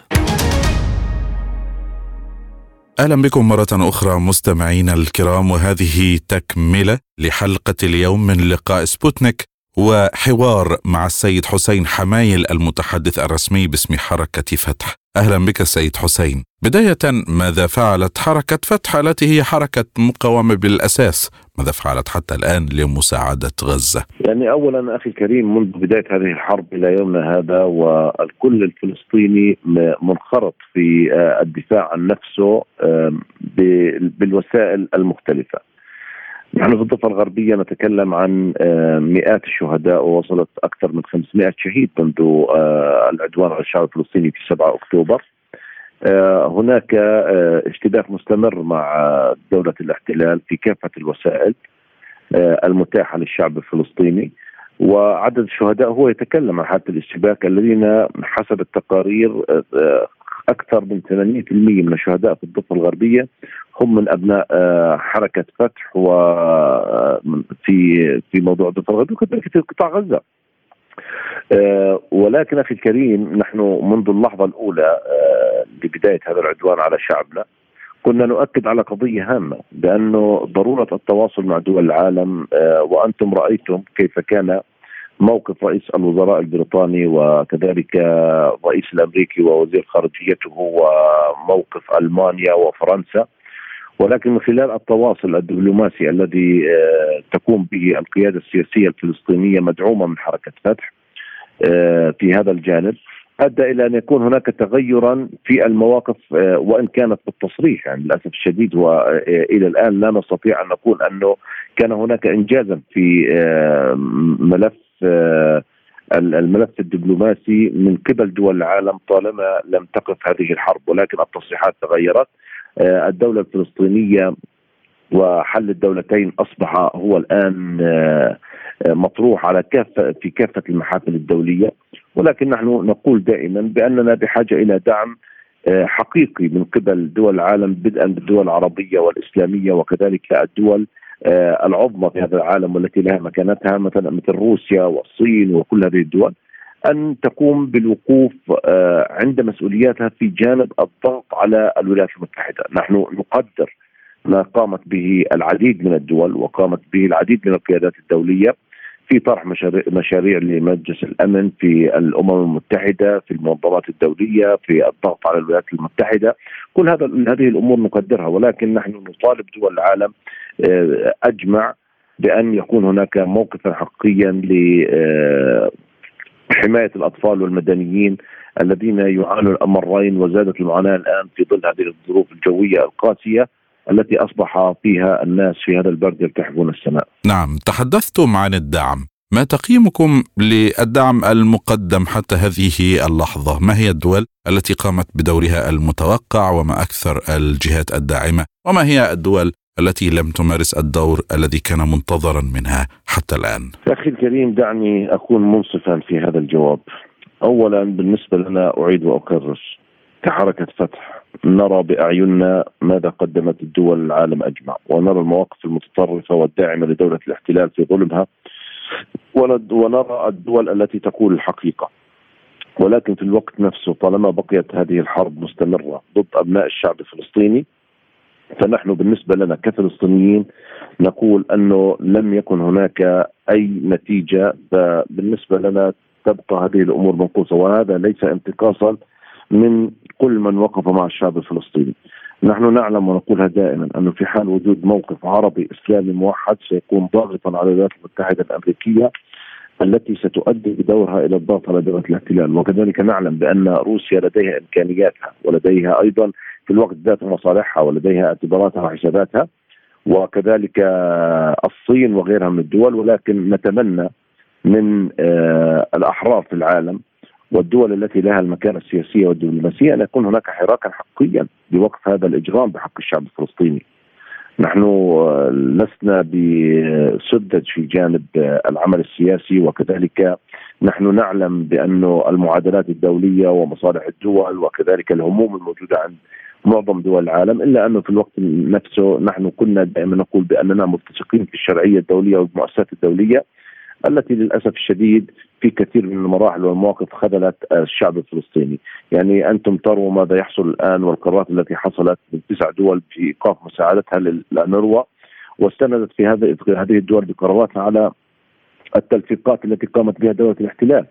أهلا بكم مرة أخرى مستمعينا الكرام، وهذه تكملة لحلقة اليوم من لقاء سبوتنيك وحوار مع السيد حسين حمايل المتحدث الرسمي باسم حركة فتح. أهلا بك سيد حسين. بداية، ماذا فعلت حركة فتح التي هي حركة مقاومة بالأساس؟ ماذا فعلت حتى الآن لمساعدة غزة؟ يعني أولا أخي الكريم، منذ بداية هذه الحرب إلى يومنا هذا والكل الفلسطيني منخرط في الدفاع عن نفسه بالوسائل المختلفة. نحن في الضفة الغربية نتكلم عن مئات الشهداء، ووصلت أكثر من 500 شهيد منذ العدوان على الشعب الفلسطيني في 7 أكتوبر. هناك اشتباك مستمر مع دولة الاحتلال في كافة الوسائل المتاحة للشعب الفلسطيني، وعدد الشهداء هو يتكلم عن حالة الاشتباك الذين حسب التقارير أكثر من 80% من الشهداء في الضفة الغربية هم من أبناء حركة فتح وفي موضوع الضفة الغربية وكذلك في قطاع غزة. ولكن أخي الكريم، نحن منذ اللحظة الأولى لبداية هذا العدوان على شعبنا كنا نؤكد على قضية هامة، بأنه ضرورة التواصل مع دول العالم، وأنتم رأيتم كيف كان موقف رئيس الوزراء البريطاني وكذلك الرئيس الأمريكي ووزير خارجيته وموقف ألمانيا وفرنسا، ولكن من خلال التواصل الدبلوماسي الذي تقوم به القيادة السياسية الفلسطينية مدعومة من حركة فتح في هذا الجانب، أدى إلى أن يكون هناك تغيرا في المواقف، وإن كانت بالتصريح يعني للأسف الشديد وإلى الآن لا نستطيع أن نقول أنه كان هناك إنجازا في الملف الدبلوماسي من قبل دول العالم طالما لم تقف هذه الحرب، ولكن التصريحات تغيرت. الدولة الفلسطينية وحل الدولتين أصبح هو الآن مطروح على في كافة المحافل الدولية، ولكن نحن نقول دائما بأننا بحاجة إلى دعم حقيقي من قبل دول العالم، بدءا بالدول العربية والإسلامية وكذلك الدول العظمى في هذا العالم والتي لها مكانتها مثل روسيا والصين وكل هذه الدول، أن تقوم بالوقوف عند مسؤولياتها في جانب الضغط على الولايات المتحدة. نحن نقدر ما قامت به العديد من الدول وقامت به العديد من القيادات الدولية في طرح مشاريع لمجلس الأمن في الأمم المتحدة، في المنظمات الدولية، في الضغط على الولايات المتحدة. كل هذه الأمور نقدرها، ولكن نحن نطالب دول العالم أجمع بأن يكون هناك موقفا حقيقيا لحماية الأطفال والمدنيين الذين يعانوا الأمرين، وزادت المعاناة الآن في ظل هذه الظروف الجوية القاسية التي أصبح فيها الناس في هذا البرد يلتحفون السماء. نعم، تحدثتم عن الدعم، ما تقييمكم للدعم المقدم حتى هذه اللحظة؟ ما هي الدول التي قامت بدورها المتوقع وما أكثر الجهات الداعمة، وما هي الدول التي لم تمارس الدور الذي كان منتظرا منها حتى الآن؟ أخي الكريم، دعني أكون منصفا في هذا الجواب. أولا بالنسبة لنا أعيد وأكرر كحركة فتح نرى بأعيننا ماذا قدمت الدول العالم أجمع، ونرى المواقف المتطرفة والداعمة لدولة الاحتلال في ظلمها، ونرى الدول التي تقول الحقيقة. ولكن في الوقت نفسه طالما بقيت هذه الحرب مستمرة ضد أبناء الشعب الفلسطيني، فنحن بالنسبة لنا كفلسطينيين نقول أنه لم يكن هناك أي نتيجة، فبالنسبة لنا تبقى هذه الأمور منقوصة، وهذا ليس انتقاصا من كل من وقف مع الشعب الفلسطيني. نحن نعلم ونقولها دائما أنه في حال وجود موقف عربي إسلامي موحد سيكون ضاغطا على الولايات المتحدة الأمريكية التي ستؤدي بدورها إلى الضغط على دولة الاحتلال، وكذلك نعلم بأن روسيا لديها إمكانياتها ولديها أيضا في الوقت ذات مصالحها ولديها اعتباراتها وحساباتها، وكذلك الصين وغيرها من الدول. ولكن نتمنى من الأحرار في العالم والدول التي لها المكانة السياسية والدبلوماسية أن يكون هناك حراكا حقيا بوقف هذا الإجرام بحق الشعب الفلسطيني. نحن لسنا بسدد في جانب العمل السياسي، وكذلك نحن نعلم بأن المعادلات الدولية ومصالح الدول وكذلك الهموم الموجودة عند معظم دول العالم، إلا أنه في الوقت نفسه نحن كنا دائما نقول بأننا متسقين في الشرعية الدولية والمؤسسات الدولية التي للأسف الشديد في كثير من المراحل والمواقف خذلت الشعب الفلسطيني. يعني أنتم تروا ماذا يحصل الآن والقرارات التي حصلت من 9 دول في إيقاف مساعدتها للأنروا، واستندت في هذه الدول بقراراتها على التلفيقات التي قامت بها دولة الاحتلال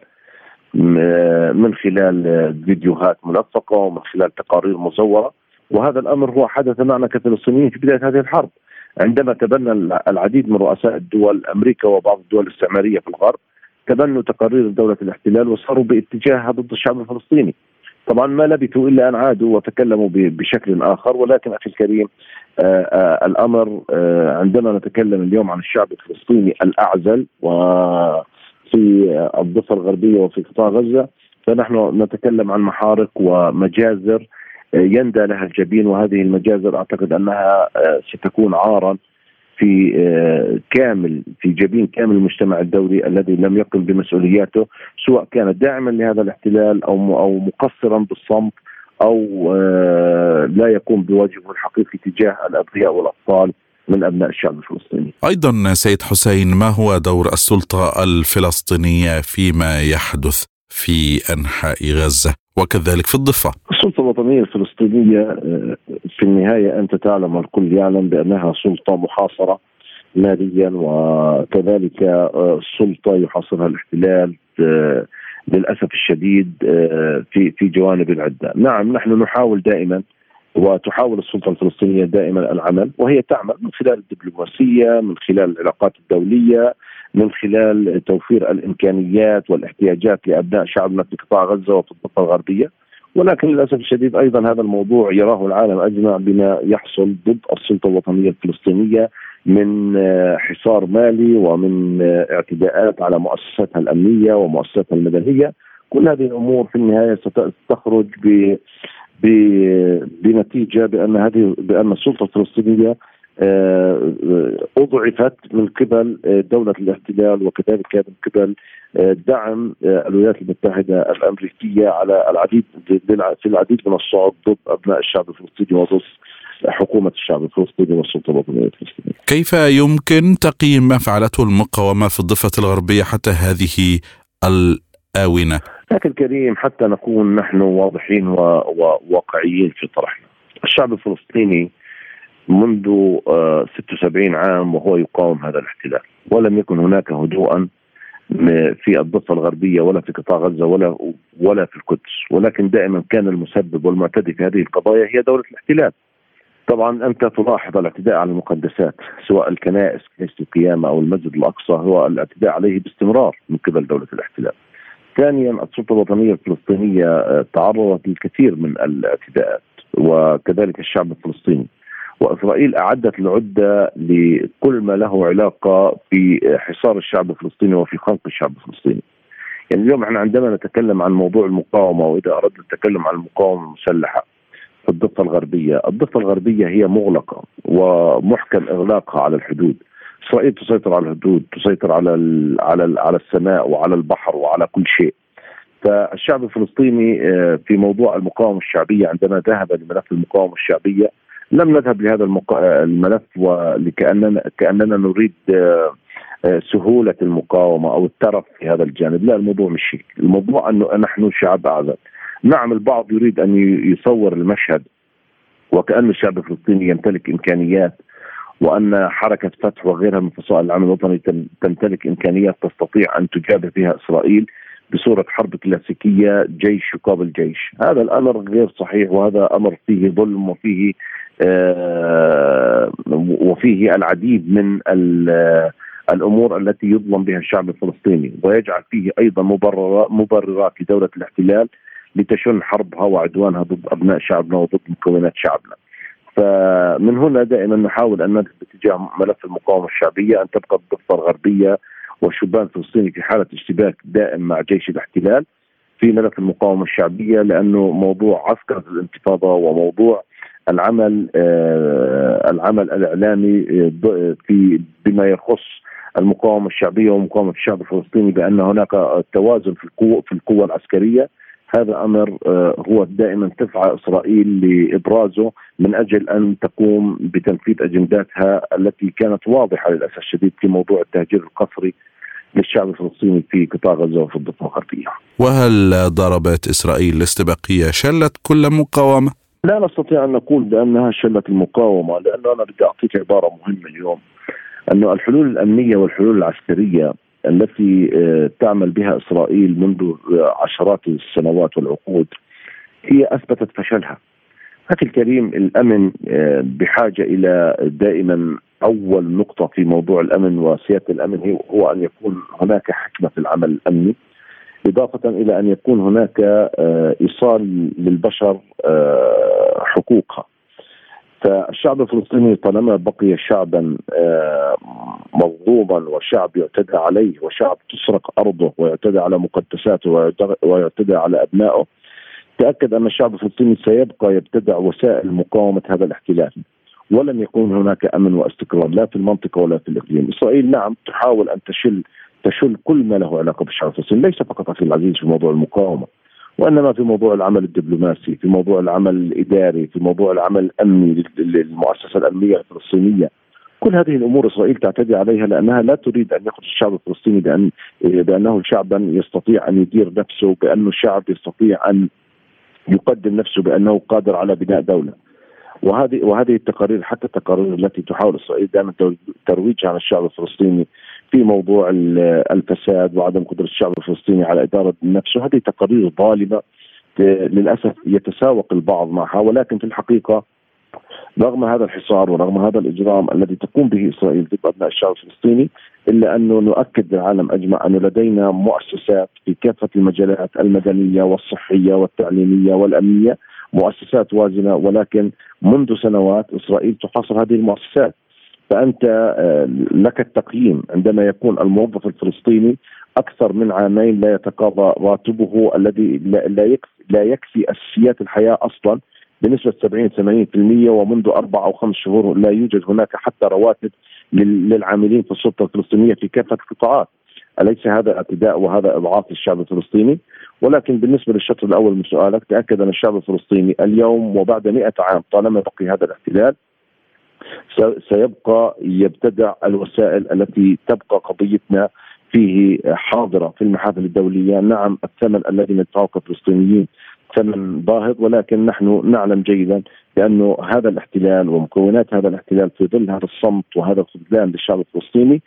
من خلال فيديوهات ملفقة ومن خلال تقارير مزورة. وهذا الأمر هو حدث معنا كفلسطينيين في بداية هذه الحرب، عندما تبنى العديد من رؤساء الدول أمريكا وبعض الدول الاستعمارية في الغرب تبنوا تقارير دولة الاحتلال وصاروا باتجاهها ضد الشعب الفلسطيني. طبعا ما لبثوا إلا أن عادوا وتكلموا بشكل آخر. ولكن أخي الكريم، الأمر عندما نتكلم اليوم عن الشعب الفلسطيني الأعزل وفي الضفة الغربية وفي قطاع غزة، فنحن نتكلم عن محارق ومجازر يندى لها الجبين، وهذه المجازر أعتقد أنها ستكون عارا في جبين كامل المجتمع الدولي الذي لم يقم بمسؤولياته، سواء كان داعما لهذا الاحتلال أو مقصرا بالصمت أو لا يقوم بواجبه الحقيقي تجاه الأبرياء والأطفال من أبناء الشعب الفلسطيني. أيضا سيد حسين، ما هو دور السلطة الفلسطينية فيما يحدث في أنحاء غزة وكذلك في الضفة؟ السلطة الوطنية الفلسطينية في النهاية أنت تعلم والكل يعلم بأنها سلطة محاصرة ماليا، وكذلك السلطة يحاصرها الاحتلال للأسف الشديد في جوانب عدة. نعم، نحن نحاول دائما وتحاول السلطة الفلسطينية دائما العمل، وهي تعمل من خلال الدبلوماسية، من خلال العلاقات الدولية، من خلال توفير الإمكانيات والاحتياجات لأبناء شعبنا في قطاع غزة وفي الضفة الغربية. ولكن للأسف الشديد أيضا هذا الموضوع يراه العالم أجمع بما يحصل ضد السلطة الوطنية الفلسطينية من حصار مالي ومن اعتداءات على مؤسساتها الأمنية ومؤسساتها المدنية. كل هذه الأمور في النهاية ستخرج بنتيجة بأن السلطة الفلسطينية أضعفت من قبل دولة الاحتلال، وكذلك من قبل دعم الولايات المتحدة الأمريكية في العديد من الصعود ضد أبناء الشعب الفلسطيني وضد حكومة الشعب الفلسطيني والسلطة الوطنية الفلسطينية. كيف يمكن تقييم ما فعلته المقاومة في الضفة الغربية حتى هذه الآونة؟ لكن كريم، حتى نكون نحن واضحين وواقعيين في طرحنا، الشعب الفلسطيني منذ 76 عام وهو يقاوم هذا الاحتلال، ولم يكن هناك هدوءا في الضفة الغربية ولا في قطاع غزة ولا في القدس، ولكن دائما كان المسبب والمعتدي في هذه القضايا هي دولة الاحتلال. طبعا أنت تلاحظ الاعتداء على المقدسات، سواء الكنائس كنيسة القيامة أو المسجد الأقصى، هو الاعتداء عليه باستمرار من قبل دولة الاحتلال. ثانيا، السلطة الوطنية الفلسطينية تعرضت للكثير من الاعتداءات، وكذلك الشعب الفلسطيني، وإسرائيل أعدت العدة لكل ما له علاقة في حصار الشعب الفلسطيني وفي خنق الشعب الفلسطيني. يعني اليوم احنا عندما نتكلم عن موضوع المقاومة، وإذا أردنا نتكلم عن المقاومة المسلحة في الضفة الغربية هي مغلقة ومحكم إغلاقها على الحدود. إسرائيل تسيطر على الحدود، تسيطر على السماء وعلى البحر وعلى كل شيء. فالشعب الفلسطيني في موضوع المقاومة الشعبية، عندما ذهب لملف المقاومة الشعبية لم نذهب لهذا الملف كأننا نريد سهولة المقاومة أو الترف في هذا الجانب. لا، الموضوع مش هيك. الموضوع أنه نحن شعب أعزل. نعم، البعض يريد أن يصور المشهد وكأن الشعب الفلسطيني يمتلك إمكانيات، وأن حركة فتح وغيرها من فصائل العمل الوطني تمتلك إمكانيات تستطيع أن تجابه بها إسرائيل بصورة حرب كلاسيكية، جيش يقابل جيش. هذا الأمر غير صحيح، وهذا أمر فيه ظلم وفيه العديد من الأمور التي يظلم بها الشعب الفلسطيني، ويجعل فيه أيضا مبررات لدولة الاحتلال لتشن حربها وعدوانها ضد أبناء شعبنا وضد مكونات شعبنا. فمن هنا دائما نحاول أن نذهب باتجاه ملف المقاومة الشعبية، أن تبقى الضفة الغربية والشبان الفلسطيني في حالة اشتباك دائم مع جيش الاحتلال في ملف المقاومة الشعبية، لأنه موضوع عسكرة الانتفاضة وموضوع العمل الإعلامي بما يخص المقاومة الشعبية ومقاومة الشعب الفلسطيني بأن هناك توازن في القوة العسكرية. هذا أمر هو دائما تسعى إسرائيل لإبرازه من أجل أن تقوم بتنفيذ أجنداتها التي كانت واضحة للأسف الشديد في موضوع التهجير القسري للشعب الفلسطيني في قطاع غزة وفي الضفة الغربية. وهل ضربت إسرائيل الاستباقية شلت كل مقاومة؟ لا نستطيع أن نقول بأنها شلت المقاومة، لأنه أنا بدي أعطيك عبارة مهمة اليوم، أنه الحلول الأمنية والحلول العسكرية التي تعمل بها إسرائيل منذ عشرات السنوات والعقود هي أثبتت فشلها. أخي الكريم، الأمن بحاجة إلى دائما أول نقطة في موضوع الأمن وسيادة الأمن هو أن يكون هناك حكمة في العمل الأمني، إضافة إلى أن يكون هناك إيصال للبشر حقوقها. فالشعب الفلسطيني طالما بقي شعبا مظلوما وشعب يعتدى عليه وشعب تسرق أرضه ويعتدى على مقدساته ويعتدى على أبنائه، تأكد أن الشعب الفلسطيني سيبقى يبتدع وسائل مقاومة هذا الاحتلال، ولن يكون هناك أمن واستقرار لا في المنطقة ولا في الإقليم. إسرائيل نعم تحاول أن تشل كل ما له علاقة بالشعب الفلسطيني، ليس فقط أخي العزيز في موضوع المقاومة، وإنما في موضوع العمل الدبلوماسي، في موضوع العمل الإداري، في موضوع العمل الأمني للمؤسسة الأمنية الفلسطينية. كل هذه الأمور إسرائيل تعتدي عليها لأنها لا تريد أن يخرج الشعب الفلسطيني بأنه شعبا يستطيع أن يدير نفسه، بأنه شعب يستطيع أن يقدم نفسه بأنه قادر على بناء دولة. وهذه التقارير، حتى التقارير التي تحاول إسرائيل دائما ترويجها عن الشعب الفلسطيني في موضوع الفساد وعدم قدرة الشعب الفلسطيني على إدارة نفسه، هذه تقارير ظالمة للأسف يتساوق البعض معها. ولكن في الحقيقة رغم هذا الحصار ورغم هذا الإجرام الذي تقوم به إسرائيل ضد أبناء الشعب الفلسطيني، إلا أنه نؤكد للعالم أجمع أن لدينا مؤسسات في كافة المجالات المدنية والصحية والتعليمية والأمنية، مؤسسات وازنة، ولكن منذ سنوات إسرائيل تحاصر هذه المؤسسات. فأنت لك التقييم عندما يكون الموظف الفلسطيني أكثر من عامين لا يتقاضى راتبه الذي لا يكفي أساسيات الحياة أصلا بنسبة 70-80%، ومنذ 4 أو 5 شهور لا يوجد هناك حتى رواتب للعاملين في السلطة الفلسطينية في كافة القطاعات. أليس هذا اعتداء وهذا إضعاف للشعب الفلسطيني؟ ولكن بالنسبة للشطر الأول من سؤالك، تأكد أن الشعب الفلسطيني اليوم وبعد 100 عام طالما بقي هذا الاحتلال سيبقى يبتدع الوسائل التي تبقى قضيتنا فيه حاضرة في المحافل الدولية. نعم، الثمن الذي ندفعه كفلسطينيين ثمن باهظ، ولكن نحن نعلم جيدا بأنه هذا الاحتلال ومكونات هذا الاحتلال في ظل هذا الصمت وهذا الخذلان للشعب الفلسطيني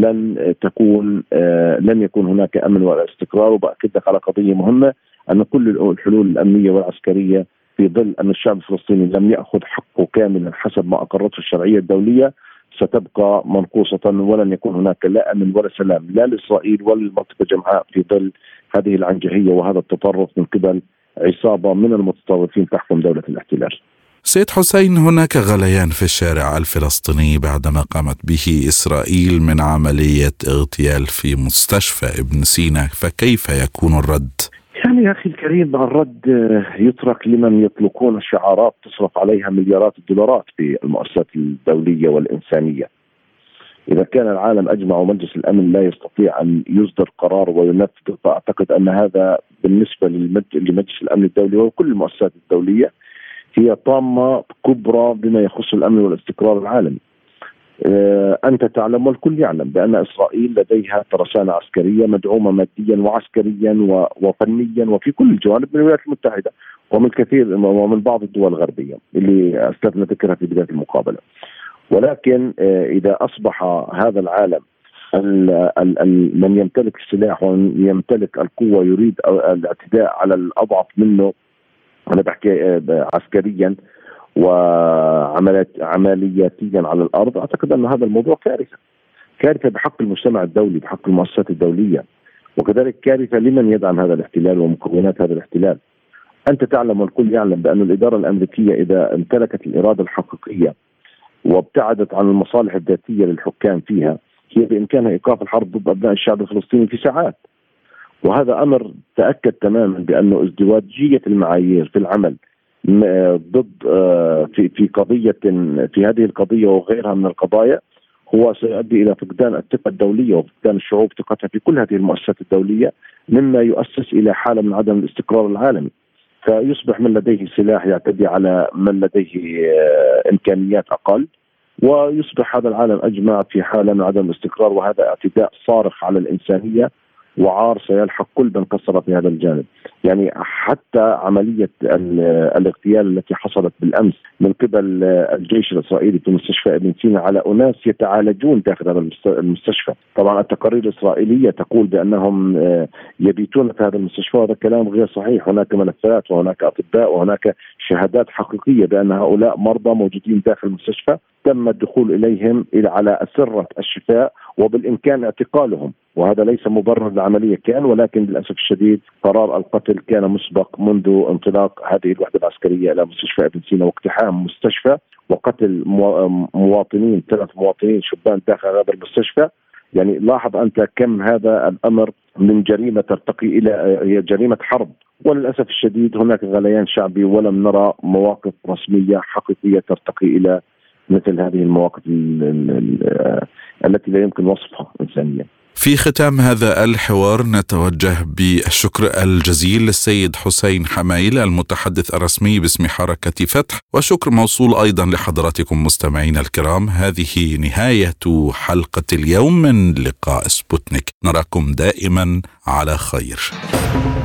لن يكون هناك أمن ولا استقرار. وبأكد لك على قضية مهمة، أن كل الحلول الأمنية والعسكرية في ظل أن الشعب الفلسطيني لم يأخذ حقه كاملا حسب ما أقرته الشرعية الدولية ستبقى منقوصة، ولن يكون هناك لا أمن ولا سلام لا لإسرائيل ولا للمنطقة جمعاء في ظل هذه العنجهية وهذا التطرف من قبل عصابة من المتطرفين تحكم دولة الاحتلال. سيد حسين، هناك غليان في الشارع الفلسطيني بعدما قامت به إسرائيل من عملية اغتيال في مستشفى ابن سينا، فكيف يكون الرد؟ يعني يا أخي الكريم، الرد يترك لمن يطلقون شعارات تصرف عليها مليارات الدولارات في المؤسسات الدولية والإنسانية. إذا كان العالم أجمع ومجلس الأمن لا يستطيع أن يصدر قرار وينفذ، فأعتقد أن هذا بالنسبة لمجلس الأمن الدولي وكل المؤسسات الدولية هي طامة كبرى بما يخص الأمن والاستقرار العالمي. أنت تعلم والكل يعلم بأن إسرائيل لديها ترسانة عسكرية مدعومة ماديا وعسكريا وفنيا وفي كل الجوانب من الولايات المتحدة ومن كثير ومن بعض الدول الغربية اللي أسلفنا ذكرها في بداية المقابلة. ولكن إذا أصبح هذا العالم من يمتلك السلاح ومن يمتلك القوة يريد الاعتداء على الأضعف منه، أنا بحكي عسكريا وعملياتيا على الأرض، أعتقد أن هذا الموضوع كارثة بحق المجتمع الدولي، بحق المؤسسات الدولية، وكذلك كارثة لمن يدعم هذا الاحتلال ومكونات هذا الاحتلال. أنت تعلم والكل يعلم بأن الإدارة الأمريكية إذا امتلكت الإرادة الحقيقية وابتعدت عن المصالح الذاتية للحكام فيها، هي بإمكانها إيقاف الحرب ضد أبناء الشعب الفلسطيني في ساعات. وهذا أمر تأكد تماما بأنه ازدواجية المعايير في العمل ضد في قضية في هذه القضية وغيرها من القضايا هو سيؤدي إلى فقدان الثقة الدولية وفقدان الشعوب ثقتها في كل هذه المؤسسات الدولية، مما يؤسس إلى حالة من عدم الاستقرار العالمي. فيصبح من لديه سلاح يعتدي على من لديه إمكانيات أقل، ويصبح هذا العالم أجمع في حالة من عدم الاستقرار، وهذا اعتداء صارخ على الإنسانية وعار سيلحق كل من قصر في هذا الجانب. يعني حتى عملية الاغتيال التي حصلت بالأمس من قبل الجيش الإسرائيلي في مستشفى ابن سينا على أناس يتعالجون داخل هذا المستشفى، طبعا التقارير الإسرائيلية تقول بأنهم يبيتون في هذا المستشفى، وهذا كلام غير صحيح. هناك ملفات وهناك أطباء وهناك شهادات حقيقية بأن هؤلاء مرضى موجودين داخل المستشفى، تم الدخول إليهم على أسرة الشفاء وبالإمكان اعتقالهم، وهذا ليس مبرر للعملية كان، ولكن للأسف الشديد قرار القتل كان مسبق منذ انطلاق هذه الوحدة العسكرية إلى مستشفى ابن سينا واقتحام مستشفى وقتل مواطنين 3 مواطنين شبان داخل هذا المستشفى. يعني لاحظ أنت كم هذا الأمر من جريمة ترتقي إلى هي جريمة حرب. وللأسف الشديد هناك غليان شعبي ولم نرى مواقف رسمية حقيقية ترتقي إلى مثل هذه المواقف التي لا يمكن وصفها إنسانيا. في ختام هذا الحوار نتوجه بالشكر الجزيل للسيد حسين حمايل المتحدث الرسمي باسم حركة فتح، وشكر موصول أيضا لحضراتكم مستمعين الكرام. هذه نهاية حلقة اليوم من لقاء سبوتنيك، نراكم دائما على خير.